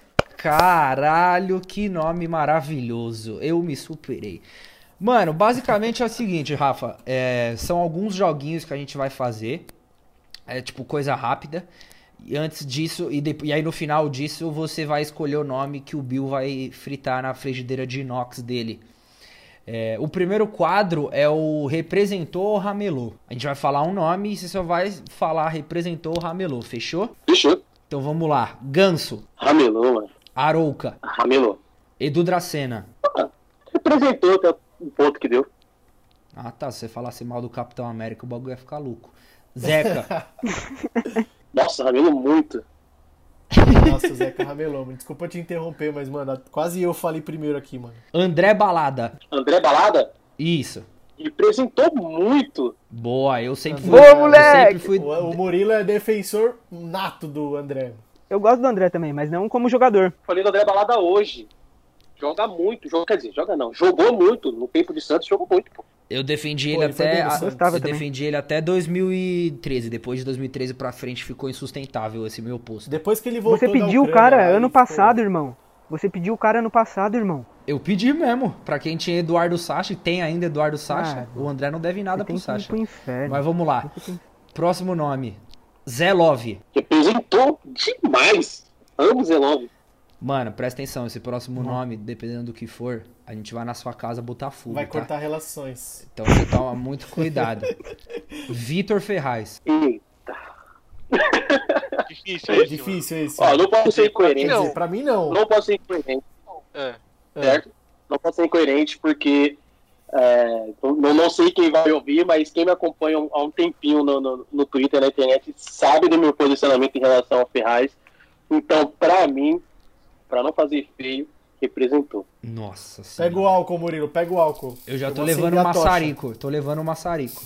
Caralho, que nome maravilhoso. Eu me superei. Mano, basicamente é o seguinte, Rafa. É, são alguns joguinhos que a gente vai fazer. É tipo coisa rápida. E antes disso, e, de, e aí no final disso, você vai escolher o nome que o Bill vai fritar na frigideira de inox dele. É, o primeiro quadro é o Representou ou Ramelô. A gente vai falar um nome e você só vai falar Representou ou Ramelô, fechou? Fechou. Então vamos lá. Ganso. Ramelô, mano. Arouca. Ramelô. Edu Dracena. Ah, representou até o ponto que deu. Ah tá, se você falasse mal do Capitão América, o bagulho ia ficar louco. Zeca. Nossa, Ramelô muito. Nossa, o Zeca ramelou, mano. Desculpa te interromper, mas, mano, quase eu falei primeiro aqui, mano. André Balada. André Balada Isso. representou muito. Boa, eu sempre fui. Boa, eu moleque! sempre fui. O, o Murilo é defensor nato do André. Eu gosto do André também, mas não como jogador. Falei do André Balada hoje. Joga muito, joga, quer dizer, joga não. Jogou muito. No tempo de Santos, jogou muito, pô. Eu defendi Pô, ele ele foi até. bem no a- Santos. Gostava eu também. defendi ele até dois mil e treze. Depois de dois mil e treze pra frente ficou insustentável esse meu posto. Depois que ele voltou Você da pediu o Ucrânia, cara lá, ano ele passado, ficou- irmão. Você pediu o cara ano passado, irmão. Eu pedi mesmo. Pra quem tinha Eduardo Sacha e tem ainda Eduardo Sacha, Ah, o André não deve nada Você pro tem que ir Sacha. pro inferno. Mas vamos lá. Próximo nome. Zé Love. Representou demais. Amo Zé Love. Mano, presta atenção, esse próximo nome, dependendo do que for, a gente vai na sua casa botar fogo, Vai tá? cortar relações. Então você toma muito cuidado. Vitor Ferraz. Eita. Difícil É esse. difícil esse. Ó, não posso ser Quer incoerente. dizer, pra mim não. Não posso ser incoerente, mano. É. certo? Não posso ser incoerente porque é, não, não sei quem vai ouvir, mas quem me acompanha há um tempinho no, no, no Twitter, na internet, sabe do meu posicionamento em relação ao Ferraz. Então, pra mim, pra não fazer feio, representou. Nossa Pega o senhora. álcool, Murilo, pega o álcool. Eu já tô vou levando acender um a tocha. maçarico, tô levando um maçarico.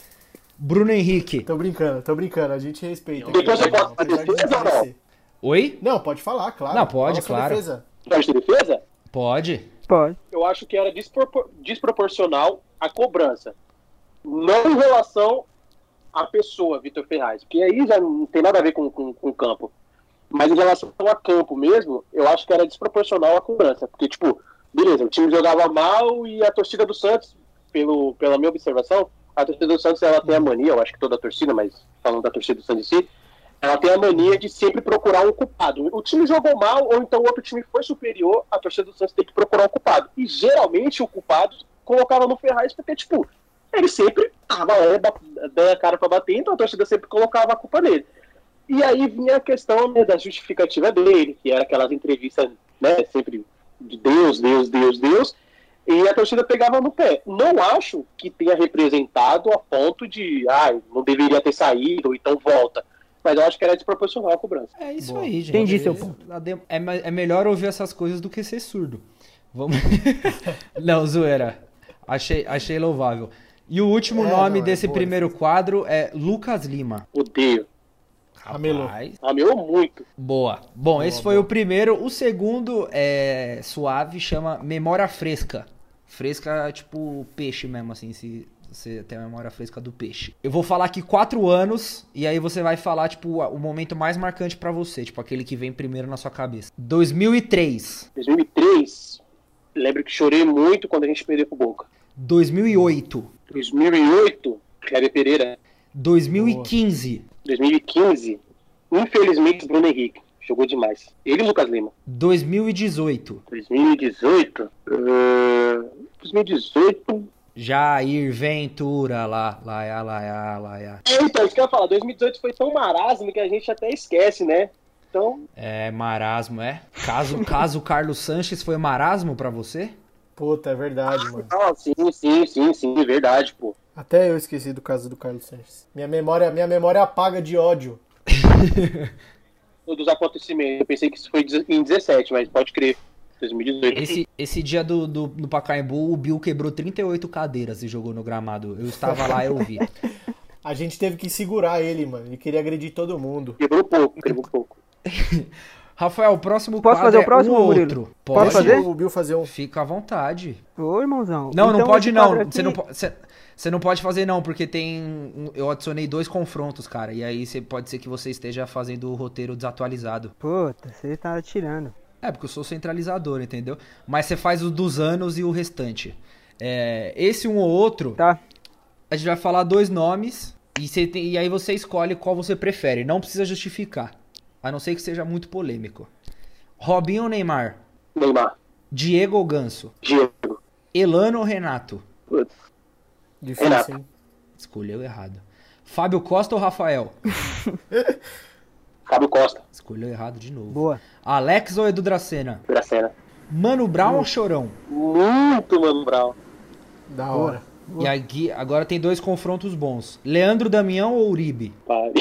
Bruno Henrique. Tô brincando, tô brincando, a gente respeita. Depois aqui, você pode apesar de fazer defesa ou não? parecer. Oi? Não, pode falar, claro. Não, pode, Fala sua claro. defesa. Pode ter defesa? Pode. Pode. Eu acho que era despropor- desproporcional a cobrança. Não em relação à pessoa, Vitor Ferraz, porque aí já não tem nada a ver com, com, com o campo. Mas em relação a campo mesmo, eu acho que era desproporcional a cobrança. Porque, tipo, beleza, o time jogava mal e a torcida do Santos, pelo, pela minha observação, a torcida do Santos ela tem a mania, eu acho que toda a torcida, mas falando da torcida do Santos em si, ela tem a mania de sempre procurar um culpado. O time jogou mal, ou então o outro time foi superior, a torcida do Santos tem que procurar um culpado. E geralmente o culpado colocava no Ferraz porque, tipo, ele sempre tava é, dando a cara pra bater, então a torcida sempre colocava a culpa nele. E aí vinha a questão, né, da justificativa dele, que era aquelas entrevistas, né, sempre de Deus, Deus, Deus, Deus, e a torcida pegava no pé. Não acho que tenha representado a ponto de, ah, não deveria ter saído, ou então volta. Mas eu acho que era desproporcional a cobrança. É isso Boa. aí, gente. Entendi seu É- ponto. É, me- é melhor ouvir essas coisas do que ser surdo. Vamos. Não, zoeira. Achei, achei louvável. E o último É, nome não, é desse boa primeiro quadro é Lucas Lima. Odeio. Ramelô. Rapaz, Ameu muito. boa. Bom, Boa, esse foi boa. o primeiro. O segundo é suave, chama Memória Fresca. Fresca, tipo peixe mesmo, assim, se você tem a memória fresca do peixe. Eu vou falar aqui quatro anos, e aí você vai falar, tipo, o momento mais marcante pra você, tipo, aquele que vem primeiro na sua cabeça. dois mil e três, dois mil e três, lembro que chorei muito quando a gente perdeu pro Boca. dois mil e oito, dois mil e oito, Kleber Pereira. dois mil e quinze, dois mil e quinze, infelizmente, Bruno Henrique. Jogou demais. Ele e Lucas Lima. dois mil e dezoito, dois mil e dezoito, uh, dois mil e dezoito... Jair Ventura, lá, lá, lá, lá, lá, lá. É, então, isso que eu ia falar. dois mil e dezoito foi tão marasmo que a gente até esquece, né? Então, É, marasmo, é? Caso, caso o Carlos Sanches foi marasmo pra você? Puta, é verdade, mano. ah, sim, sim, sim, sim, é verdade, pô. Até eu esqueci do caso do Carlos Sanches. Minha memória, minha memória apaga de ódio. Dos acontecimentos. Eu pensei que isso foi em dezessete, mas pode crer. dois mil e dezoito. Esse, esse dia do, do, do Pacaembu, o Bill quebrou trinta e oito cadeiras e jogou no gramado. Eu estava lá, eu vi. A gente teve que segurar ele, mano. Ele queria agredir todo mundo. Quebrou pouco, quebrou pouco. Rafael, o próximo Posso quadro fazer o é próximo, um Murilo? outro. Posso Pode fazer? O Bill fazer um. Fica à vontade. Ô, irmãozão. Não, não então pode esse não. quadro Você não, aqui- po- você, você não pode fazer não, porque tem... um- Eu adicionei dois confrontos, cara. E aí você, pode ser que você esteja fazendo o roteiro desatualizado. Puta, você tá tirando. É, porque eu sou centralizador, entendeu? Mas você faz o dos anos e o restante. É, esse um ou outro, Tá. a gente vai falar dois nomes e, você tem- e aí você escolhe qual você prefere. Não precisa justificar. A não ser que seja muito polêmico. Robinho ou Neymar? Neymar. Diego ou Ganso? Diego. Elano ou Renato? Putz. Difícil, Renato. hein? Escolheu errado. Fábio Costa ou Rafael? Fábio Costa. Escolheu errado de novo. Boa. Alex ou Edu Dracena? Dracena. Mano Brown ou Chorão? Muito Mano Brown. Da hora. E aqui, agora tem dois confrontos bons. Leandro Damião ou Uribe? Pare.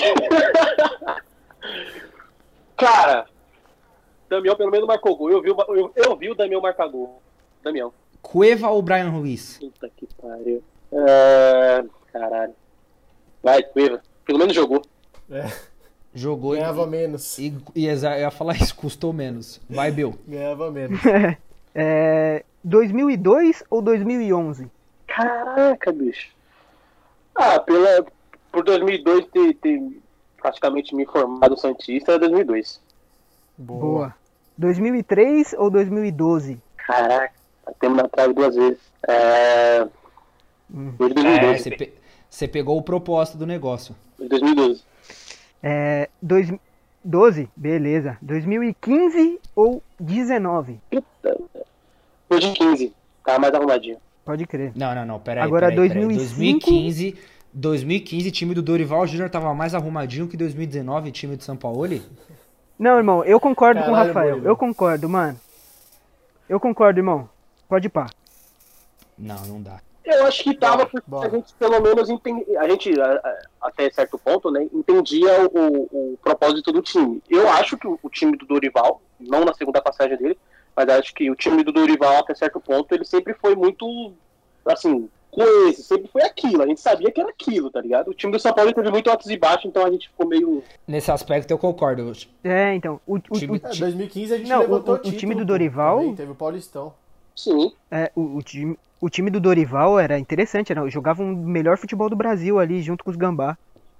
Cara, Damião pelo menos marcou gol. Eu vi, o- eu, eu vi o Damião marcar gol. Damião. Cueva ou Brian Ruiz? Puta que pariu. É... Caralho. Vai, Cueva. Pelo menos jogou. É, Jogou e, ganhava menos. e, e exa- eu ia falar isso, custou menos. Vai, Bill. Ganhava menos. É, dois mil e dois ou dois mil e onze? Caraca, bicho. Ah, pela, por dois mil e dois ter, ter praticamente me formado Santista, era dois mil e dois. Boa. Boa. dois mil e três ou dois mil e doze? Caraca, temos na trave duas vezes. É... Hum. dois mil e É, doze. você pe- você pegou o propósito do negócio. dois mil e doze. É, dois, doze? Beleza. dois mil e quinze ou dezenove? Foi de quinze. Tava mais arrumadinho. Pode crer. Não, não, não, peraí. Agora, peraí, peraí. dois mil e cinco. dois mil e quinze, dois mil e quinze, time do Dorival Júnior tava mais arrumadinho que dois mil e dezenove, time do São Paulo? Não, irmão, eu concordo com o Caralho, Rafael. Murilo. Eu concordo, mano. Eu concordo, irmão. Pode ir pá. Não, não dá. Eu acho que tava Bora, porque bora. a gente pelo menos entendi, a gente a- a- até certo ponto, né, entendia o, o, o propósito do time. Eu acho que o, o time do Dorival, não na segunda passagem dele, mas acho que o time do Dorival até certo ponto ele sempre foi muito assim, coeso, sempre foi aquilo. A gente sabia que era aquilo, tá ligado? O time do São Paulo teve muito altos e baixos, então a gente ficou meio Nesse aspecto eu concordo. É, então. O, o, Time- o- É, dois mil e quinze a gente Não, levantou o- o título, time do pô, Dorival- também, teve o Paulistão. sim. é, o, o time, o time do Dorival era interessante, era, jogava um melhor futebol do Brasil ali, junto com os Gambá.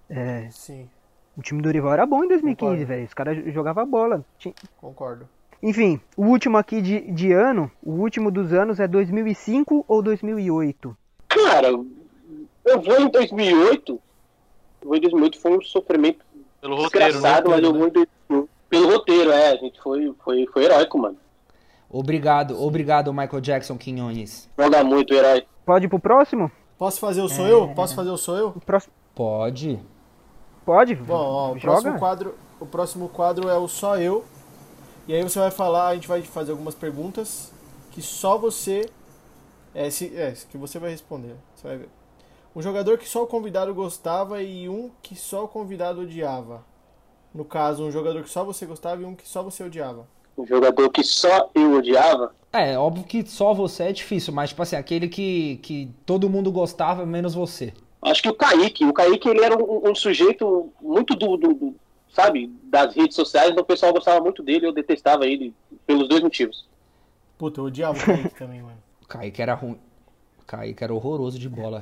É, Sim, o time do Dorival era bom em dois mil e quinze, Concordo. velho. Os caras jogavam bola. Tinha- concordo. Enfim, o último aqui de, de ano, o último dos anos é dois mil e cinco ou dois mil e oito? Cara, eu vou em dois mil e oito. Eu vou em dois mil e oito, foi um sofrimento Pelo roteiro, né? desgraçado, mas eu vou em dois mil e oito. Pelo roteiro, é, a gente foi, foi, foi heróico, mano. Obrigado, obrigado, Michael Jackson Quinones. Joga muito, herói. Pode ir pro próximo? Posso fazer o sou eu? Posso fazer o sou eu? O próximo. Pode. Pode? Bom, ó, o Joga? próximo quadro, o próximo quadro é o só eu. E aí você vai falar, a gente vai fazer algumas perguntas que só você é, se, é que você vai responder. Você vai ver. Um jogador que só o convidado gostava e um que só o convidado odiava. No caso, um jogador que só você gostava e um que só você odiava. Um jogador que só eu odiava. É, óbvio que só você é difícil, mas tipo assim, aquele que, que todo mundo gostava, menos você. Acho que o Kaique. O Kaique, ele era um, um sujeito muito do, do, do, sabe, das redes sociais, então o pessoal gostava muito dele, eu detestava ele pelos dois motivos. Puta, eu odiava o Kaique também, mano. O Kaique era ruim. O Kaique era horroroso de bola.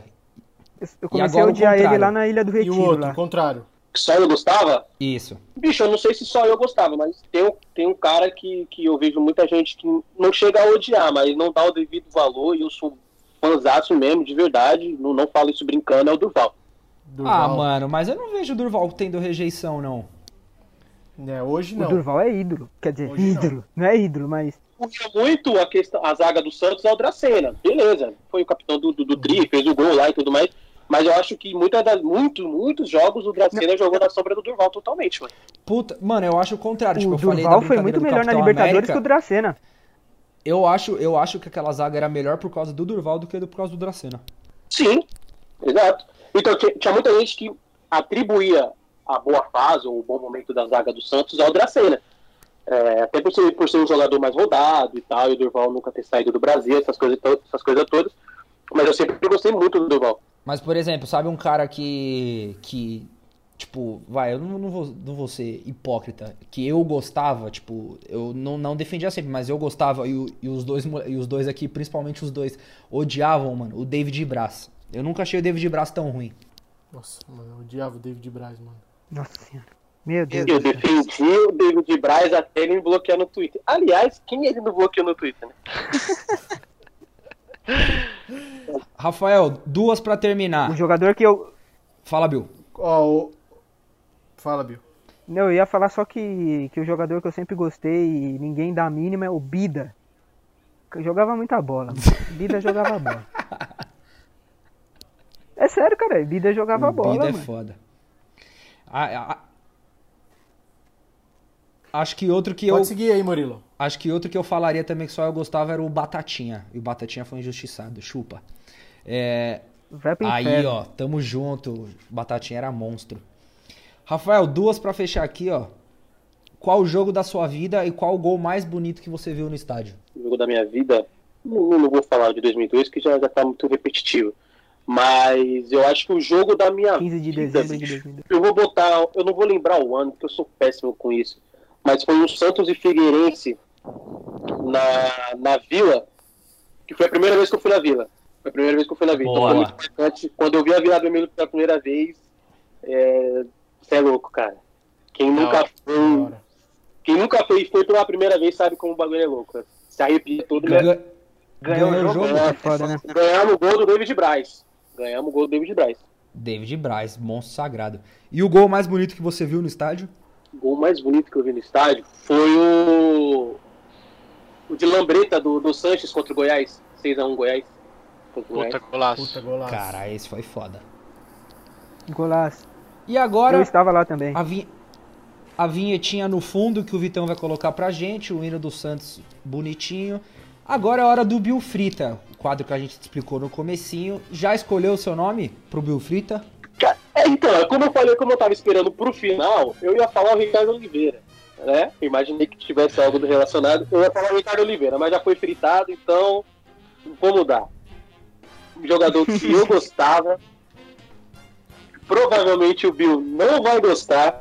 Eu comecei a agora o odiar ele contrário. lá na Ilha do E Retiro. o outro, lá. o contrário. Que só eu gostava? Isso. Bicho, eu não sei se só eu gostava, mas tem, um- tem um cara que, que eu vejo muita gente que não chega a odiar, mas não dá o devido valor, e eu sou fãzaço mesmo, de verdade, não, não falo isso brincando, é o Durval. Durval. Ah, mano, mas eu não vejo o Durval tendo rejeição, não. É, hoje O não. Durval é ídolo. Quer dizer, Hoje não. ídolo. Não. é ídolo, mas. Puxa muito a, questão, a zaga do Santos é o Dracena, beleza, foi o capitão do, do, do Tri, fez o gol lá e tudo mais, mas eu acho que muitas das, muito, muitos jogos o Dracena jogou na sombra do Durval totalmente, mano. Puta, mano, eu acho o contrário. Tipo, O eu falei da Durval foi brincadeira muito do melhor na Capitão Libertadores América. que o Dracena. Eu acho, eu acho que aquela zaga era melhor por causa do Durval do que por causa do Dracena. Sim, exato. Então tinha, tinha muita gente que atribuía a boa fase ou o bom momento da zaga do Santos ao Dracena. É, até por ser, por ser um jogador mais rodado e tal, e o Durval nunca ter saído do Brasil, essas coisas, to- essas coisas todas. Mas eu sempre gostei muito do Durval. Mas, por exemplo, sabe um cara que, que Tipo, vai, eu não, não, vou, não vou ser hipócrita, que eu gostava, tipo, eu não, não defendia sempre, mas eu gostava, e, o- e os dois, mo- e os dois aqui, principalmente os dois, odiavam, mano, o David Braz. Eu nunca achei o David Braz tão ruim. Nossa, mano, eu odiava o David Braz, mano. Nossa senhora. Meu Deus Eu do céu. defendi o David Braz até ele me bloquear no Twitter. Aliás, quem ele não bloqueou no Twitter, né? Rafael, duas pra Um terminar. jogador que eu. Fala, Bill. Ó, o... Fala, Bill. Não, eu ia falar só que, que o jogador que eu sempre gostei e ninguém dá a mínima é o Bida. Que jogava muita bola. Mano. Bida jogava bola. É sério, cara. Bida jogava O bola, Bida é mano. foda. A- a- acho que outro que Pode eu seguir aí, Murilo. acho que outro que eu falaria também que só eu gostava era o Batatinha. E o Batatinha foi injustiçado, chupa. É, Vai pro aí, inferno. ó, tamo junto. O Batatinha era monstro. Rafael, duas pra fechar aqui, ó. Qual o jogo da sua vida e qual o gol mais bonito que você viu no estádio? O jogo da minha vida, não, não vou falar de dois mil e dois, que já, já tá muito repetitivo. Mas eu acho que o jogo da minha quinze de vida, dezembro de bicho, dois mil e dois. eu vou botar, eu não vou lembrar o ano, porque eu sou péssimo com isso. Mas foi um Santos e Figueirense na, na Vila, que foi a primeira vez que eu fui na Vila. Foi a primeira vez que eu fui na Vila. Então Boa. foi muito marcante. Quando eu vi a Vila Vermelho pela primeira vez, é, você é louco, cara. Quem nunca hora. foi, Bora. quem nunca foi, foi pela primeira vez sabe como o bagulho é louco. Se arrepia todo, né? Ga- Ganhou o jogo? É, É foda, né? Ganhamos o gol do David Braz. Ganhamos o gol do David Braz. David Braz, monstro sagrado. E o gol mais bonito que você viu no estádio? O gol mais bonito que eu vi no estádio foi o. O de Lambreta do, do Sanches contra o Goiás. seis a um Goiás. Contra o Goiás. Puta golaço. Puta, golaço. Cara, esse foi foda. Golaço. E agora, Eu estava lá também. a, vin- a vinhetinha no fundo que o Vitão vai colocar pra gente, o hino do Santos bonitinho. Agora é a hora do Bill Frita, o quadro que a gente explicou no comecinho. Já escolheu o seu nome pro Bill Frita? Cara, é, então, é como eu falei, como eu tava esperando pro final, eu ia falar o Ricardo Oliveira. Né? Eu imaginei que tivesse algo relacionado. Eu ia falar o Ricardo Oliveira, mas já foi fritado, então vou mudar. Um jogador que eu gostava. Provavelmente o Bill não vai gostar.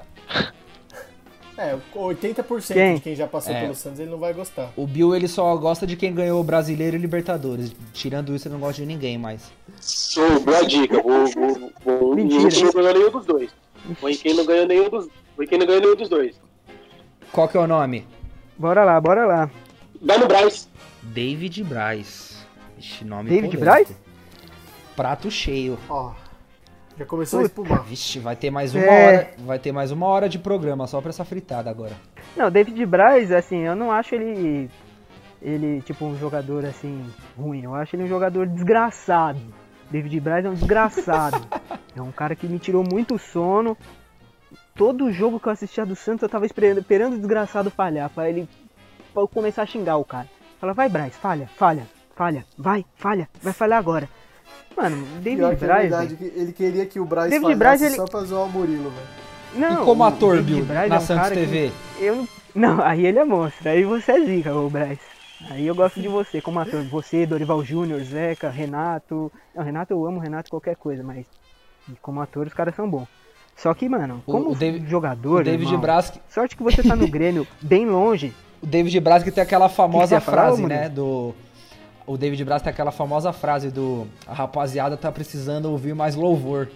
É, oitenta por cento Quem? de quem já passou É. pelo Santos ele não vai gostar. O Bill, ele só gosta de quem ganhou o Brasileiro e Libertadores. Tirando isso, ele não gosta de ninguém mais. Show, boa dica. Vou, vou, vou Mentira. em quem não ganhou nenhum dos dois. Vou em quem não ganhou nenhum dos, vou em quem não ganhou nenhum dos dois. Qual que é o nome? Bora lá, bora lá. Dá no Braz. David Braz. Ixi, nome David polêmico. Braz? Prato cheio. Ó, já começou a espumar. Vixe, vai ter mais uma É. hora. Vai ter mais uma hora de programa só pra essa fritada agora. Não, David Braz, assim, eu não acho ele. Ele, tipo, um jogador assim, ruim. Eu acho ele um jogador desgraçado. David Braz é um desgraçado. É um cara que me tirou muito sono. Todo jogo que eu assistia do Santos, eu tava esperando, esperando o desgraçado falhar, pra ele pra eu começar a xingar o cara. Fala, vai Braz, falha, falha, falha, vai, falha, vai falhar agora. Mano, David Pior que é Braz. verdade, que ele queria que o Braz David falhasse Braz, ele- só pra zoar o Murilo, velho. Não, e como o ator, David Bill, Braz na é um Santos cara T V? que eu não, aí ele é monstro. Aí você é zica, ô Braz. Aí eu gosto de você como ator. Você, Dorival Júnior, Zeca, Renato. Não, Renato eu amo Renato qualquer coisa, mas como ator os caras são bons. Só que, mano, O- como o David- jogador, O David irmão, Braz, sorte que você tá no Grêmio bem longe. o David Braz que tem aquela famosa você ia falar, frase, ô, né, Murilo? do o David Braz tem aquela famosa frase do a rapaziada tá precisando ouvir mais louvor.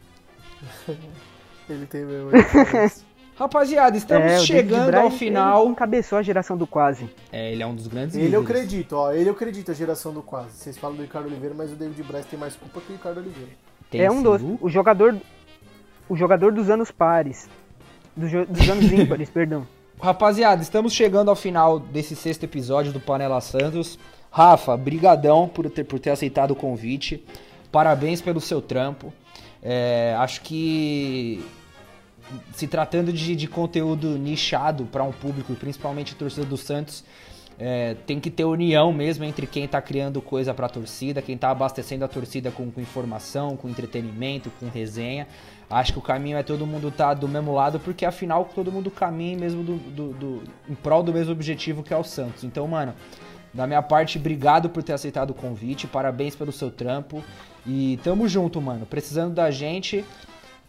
Ele tem mesmo. ele fala isso. Rapaziada, estamos É, o David chegando Braz, ao final. Ele encabeçou a geração do quase. É, ele é um dos grandes Ele eu líderes. acredito, ó. Ele eu acredito, a geração do quase. Vocês falam do Ricardo Oliveira, mas o David Braz tem mais culpa que o Ricardo Oliveira. Tem é um sim, dos. viu? O jogador. O jogador dos anos pares. Do jo- dos anos ímpares, perdão. Rapaziada, estamos chegando ao final desse sexto episódio do Panela Santos. Rafa, brigadão por ter, por ter aceitado o convite. Parabéns pelo seu trampo. É, acho que se tratando de, de conteúdo nichado para um público, principalmente a torcida do Santos, é, tem que ter união mesmo entre quem tá criando coisa pra torcida, quem tá abastecendo a torcida com, com informação, com entretenimento, com resenha. Acho que o caminho é todo mundo tá do mesmo lado, porque afinal todo mundo caminha mesmo do, do, do- em prol do mesmo objetivo que é o Santos. Então, mano, da minha parte, obrigado por ter aceitado o convite, parabéns pelo seu trampo e tamo junto, mano. Precisando da gente,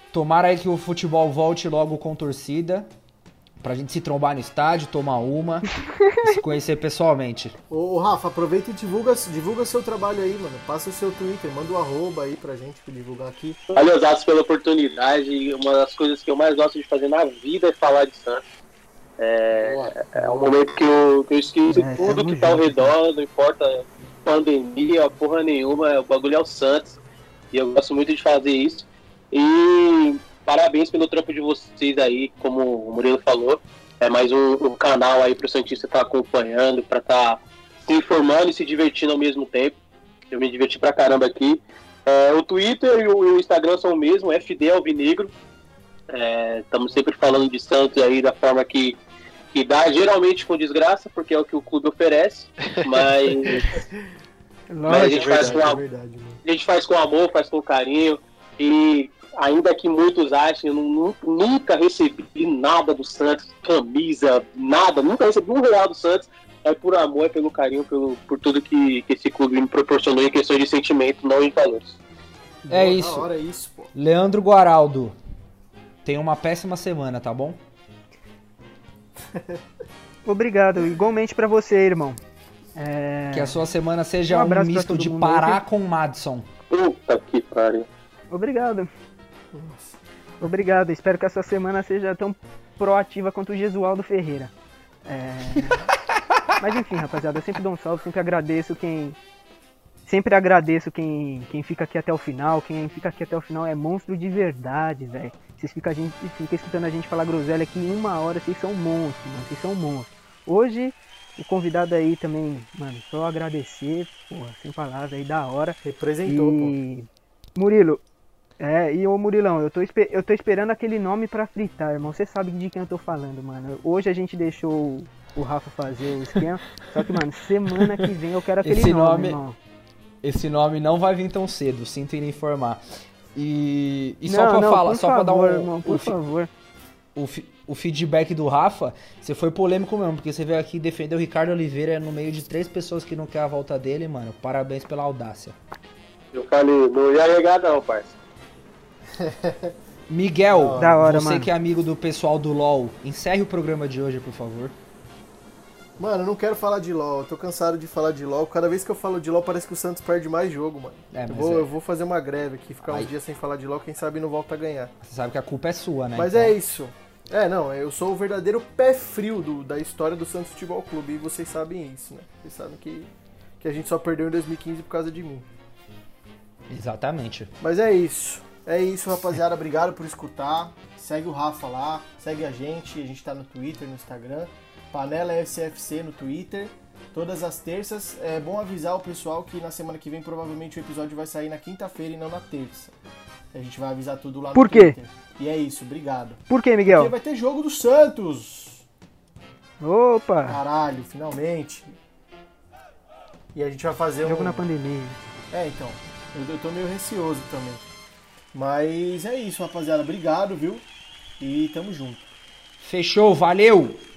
Tomara aí que o futebol volte logo com torcida. Pra gente se trombar no estádio, tomar uma e se conhecer pessoalmente. Ô, ô, Rafa, aproveita e divulga, divulga seu trabalho aí, mano. Passa o seu Twitter, manda o arroba aí pra gente divulgar aqui. Valeu, Zatos, pela oportunidade. Uma das coisas que eu mais gosto de fazer na vida é falar de Santos. É, é um momento que eu, que eu esqueço É, tudo tamo que tá ao junto, redor, não importa pandemia, porra nenhuma, o bagulho é o Santos. E eu gosto muito de fazer isso. E parabéns pelo trampo de vocês aí, como o Murilo falou. É mais um, um canal aí pro Santista estar tá acompanhando, pra estar tá se informando e se divertindo ao mesmo tempo. Eu me diverti pra caramba aqui. É, o Twitter e o, e o Instagram são o mesmo, F D Alvinegro. Estamos é, sempre falando de Santos aí da forma que, que dá, geralmente com desgraça, porque é o que o clube oferece. Mas, mas a, gente é faz verdade, com, é verdade, a gente faz com amor, faz com carinho. E ainda que muitos achem, eu nu- nunca recebi nada do Santos, camisa, nada, nunca recebi um real do Santos. É por amor, é pelo carinho, pelo, por tudo que, que esse clube me proporcionou em questões de sentimento, não em valores. É Boa, isso. Da hora, é isso, pô. Leandro Guaraldo, tenha uma péssima semana, tá bom? Obrigado, igualmente pra você, irmão. É... Que a sua semana seja Um um, abraço pra misto todo de mundo Pará aí. com Madison. Puta que pariu. Obrigado. Obrigado, espero que a sua semana seja tão proativa quanto o Jesualdo Ferreira. É... Mas enfim, rapaziada, eu sempre dou um salve, sempre agradeço quem... Sempre agradeço quem, quem fica aqui até o final. Quem fica aqui até o final é monstro de verdade, velho. Vocês ficam, a gente, ficam escutando a gente falar groselha aqui em uma hora, vocês são monstros, mano. Vocês são monstros. Hoje, o convidado aí também, mano, só agradecer, porra, sem palavras aí, da hora. Representou, E... Murilo, é, e ô Murilão, eu tô, espe- eu tô esperando aquele nome pra fritar, irmão. Você sabe de quem eu tô falando, mano. Hoje a gente deixou o, o Rafa fazer o esquema. Só que, mano, semana que vem eu quero aquele Esse nome, nome- irmão. Esse nome não vai vir tão cedo, sinto em informar. E, e não, só pra não, falar, por só favor, pra dar um, irmão, por o, fi- favor. o, fi- o feedback do Rafa, você foi polêmico mesmo, porque você veio aqui defender o Ricardo Oliveira no meio de três pessoas que não querem a volta dele, mano. Parabéns pela audácia. Eu falei, não ia negar não, parça. Miguel, Da hora, você mano. que é amigo do pessoal do LoL, encerre o programa de hoje, por favor. Mano, eu não quero falar de LoL, eu tô cansado de falar de LoL. Cada vez que eu falo de LoL parece que o Santos perde mais jogo, mano. É, eu, mas vou, é- eu vou fazer uma greve aqui, ficar Ai. uns dias sem falar de LoL, quem sabe não volta a ganhar. Você sabe que a culpa é sua, né? Mas então. é isso. É, não, eu sou o verdadeiro pé frio do- da história do Santos Futebol Clube, e vocês sabem isso, né? Vocês sabem que, que a gente só perdeu em dois mil e quinze por causa de mim. Exatamente. Mas é isso. É isso, rapaziada. Obrigado por escutar. Segue o Rafa lá, segue a gente. A gente tá no Twitter, no Instagram. Panela S F C no Twitter. Todas as terças. É bom avisar o pessoal que na semana que vem provavelmente o episódio vai sair na quinta-feira e não na terça. A gente vai avisar tudo lá no Por quê? Twitter. E é isso, obrigado. Por que, Porque Miguel? vai ter jogo do Santos. Opa! Caralho, finalmente. E a gente vai fazer Jogo um... na pandemia. É, então. Eu, eu tô meio receoso também. Mas é isso, rapaziada. Obrigado, viu? E tamo junto. Fechou, valeu!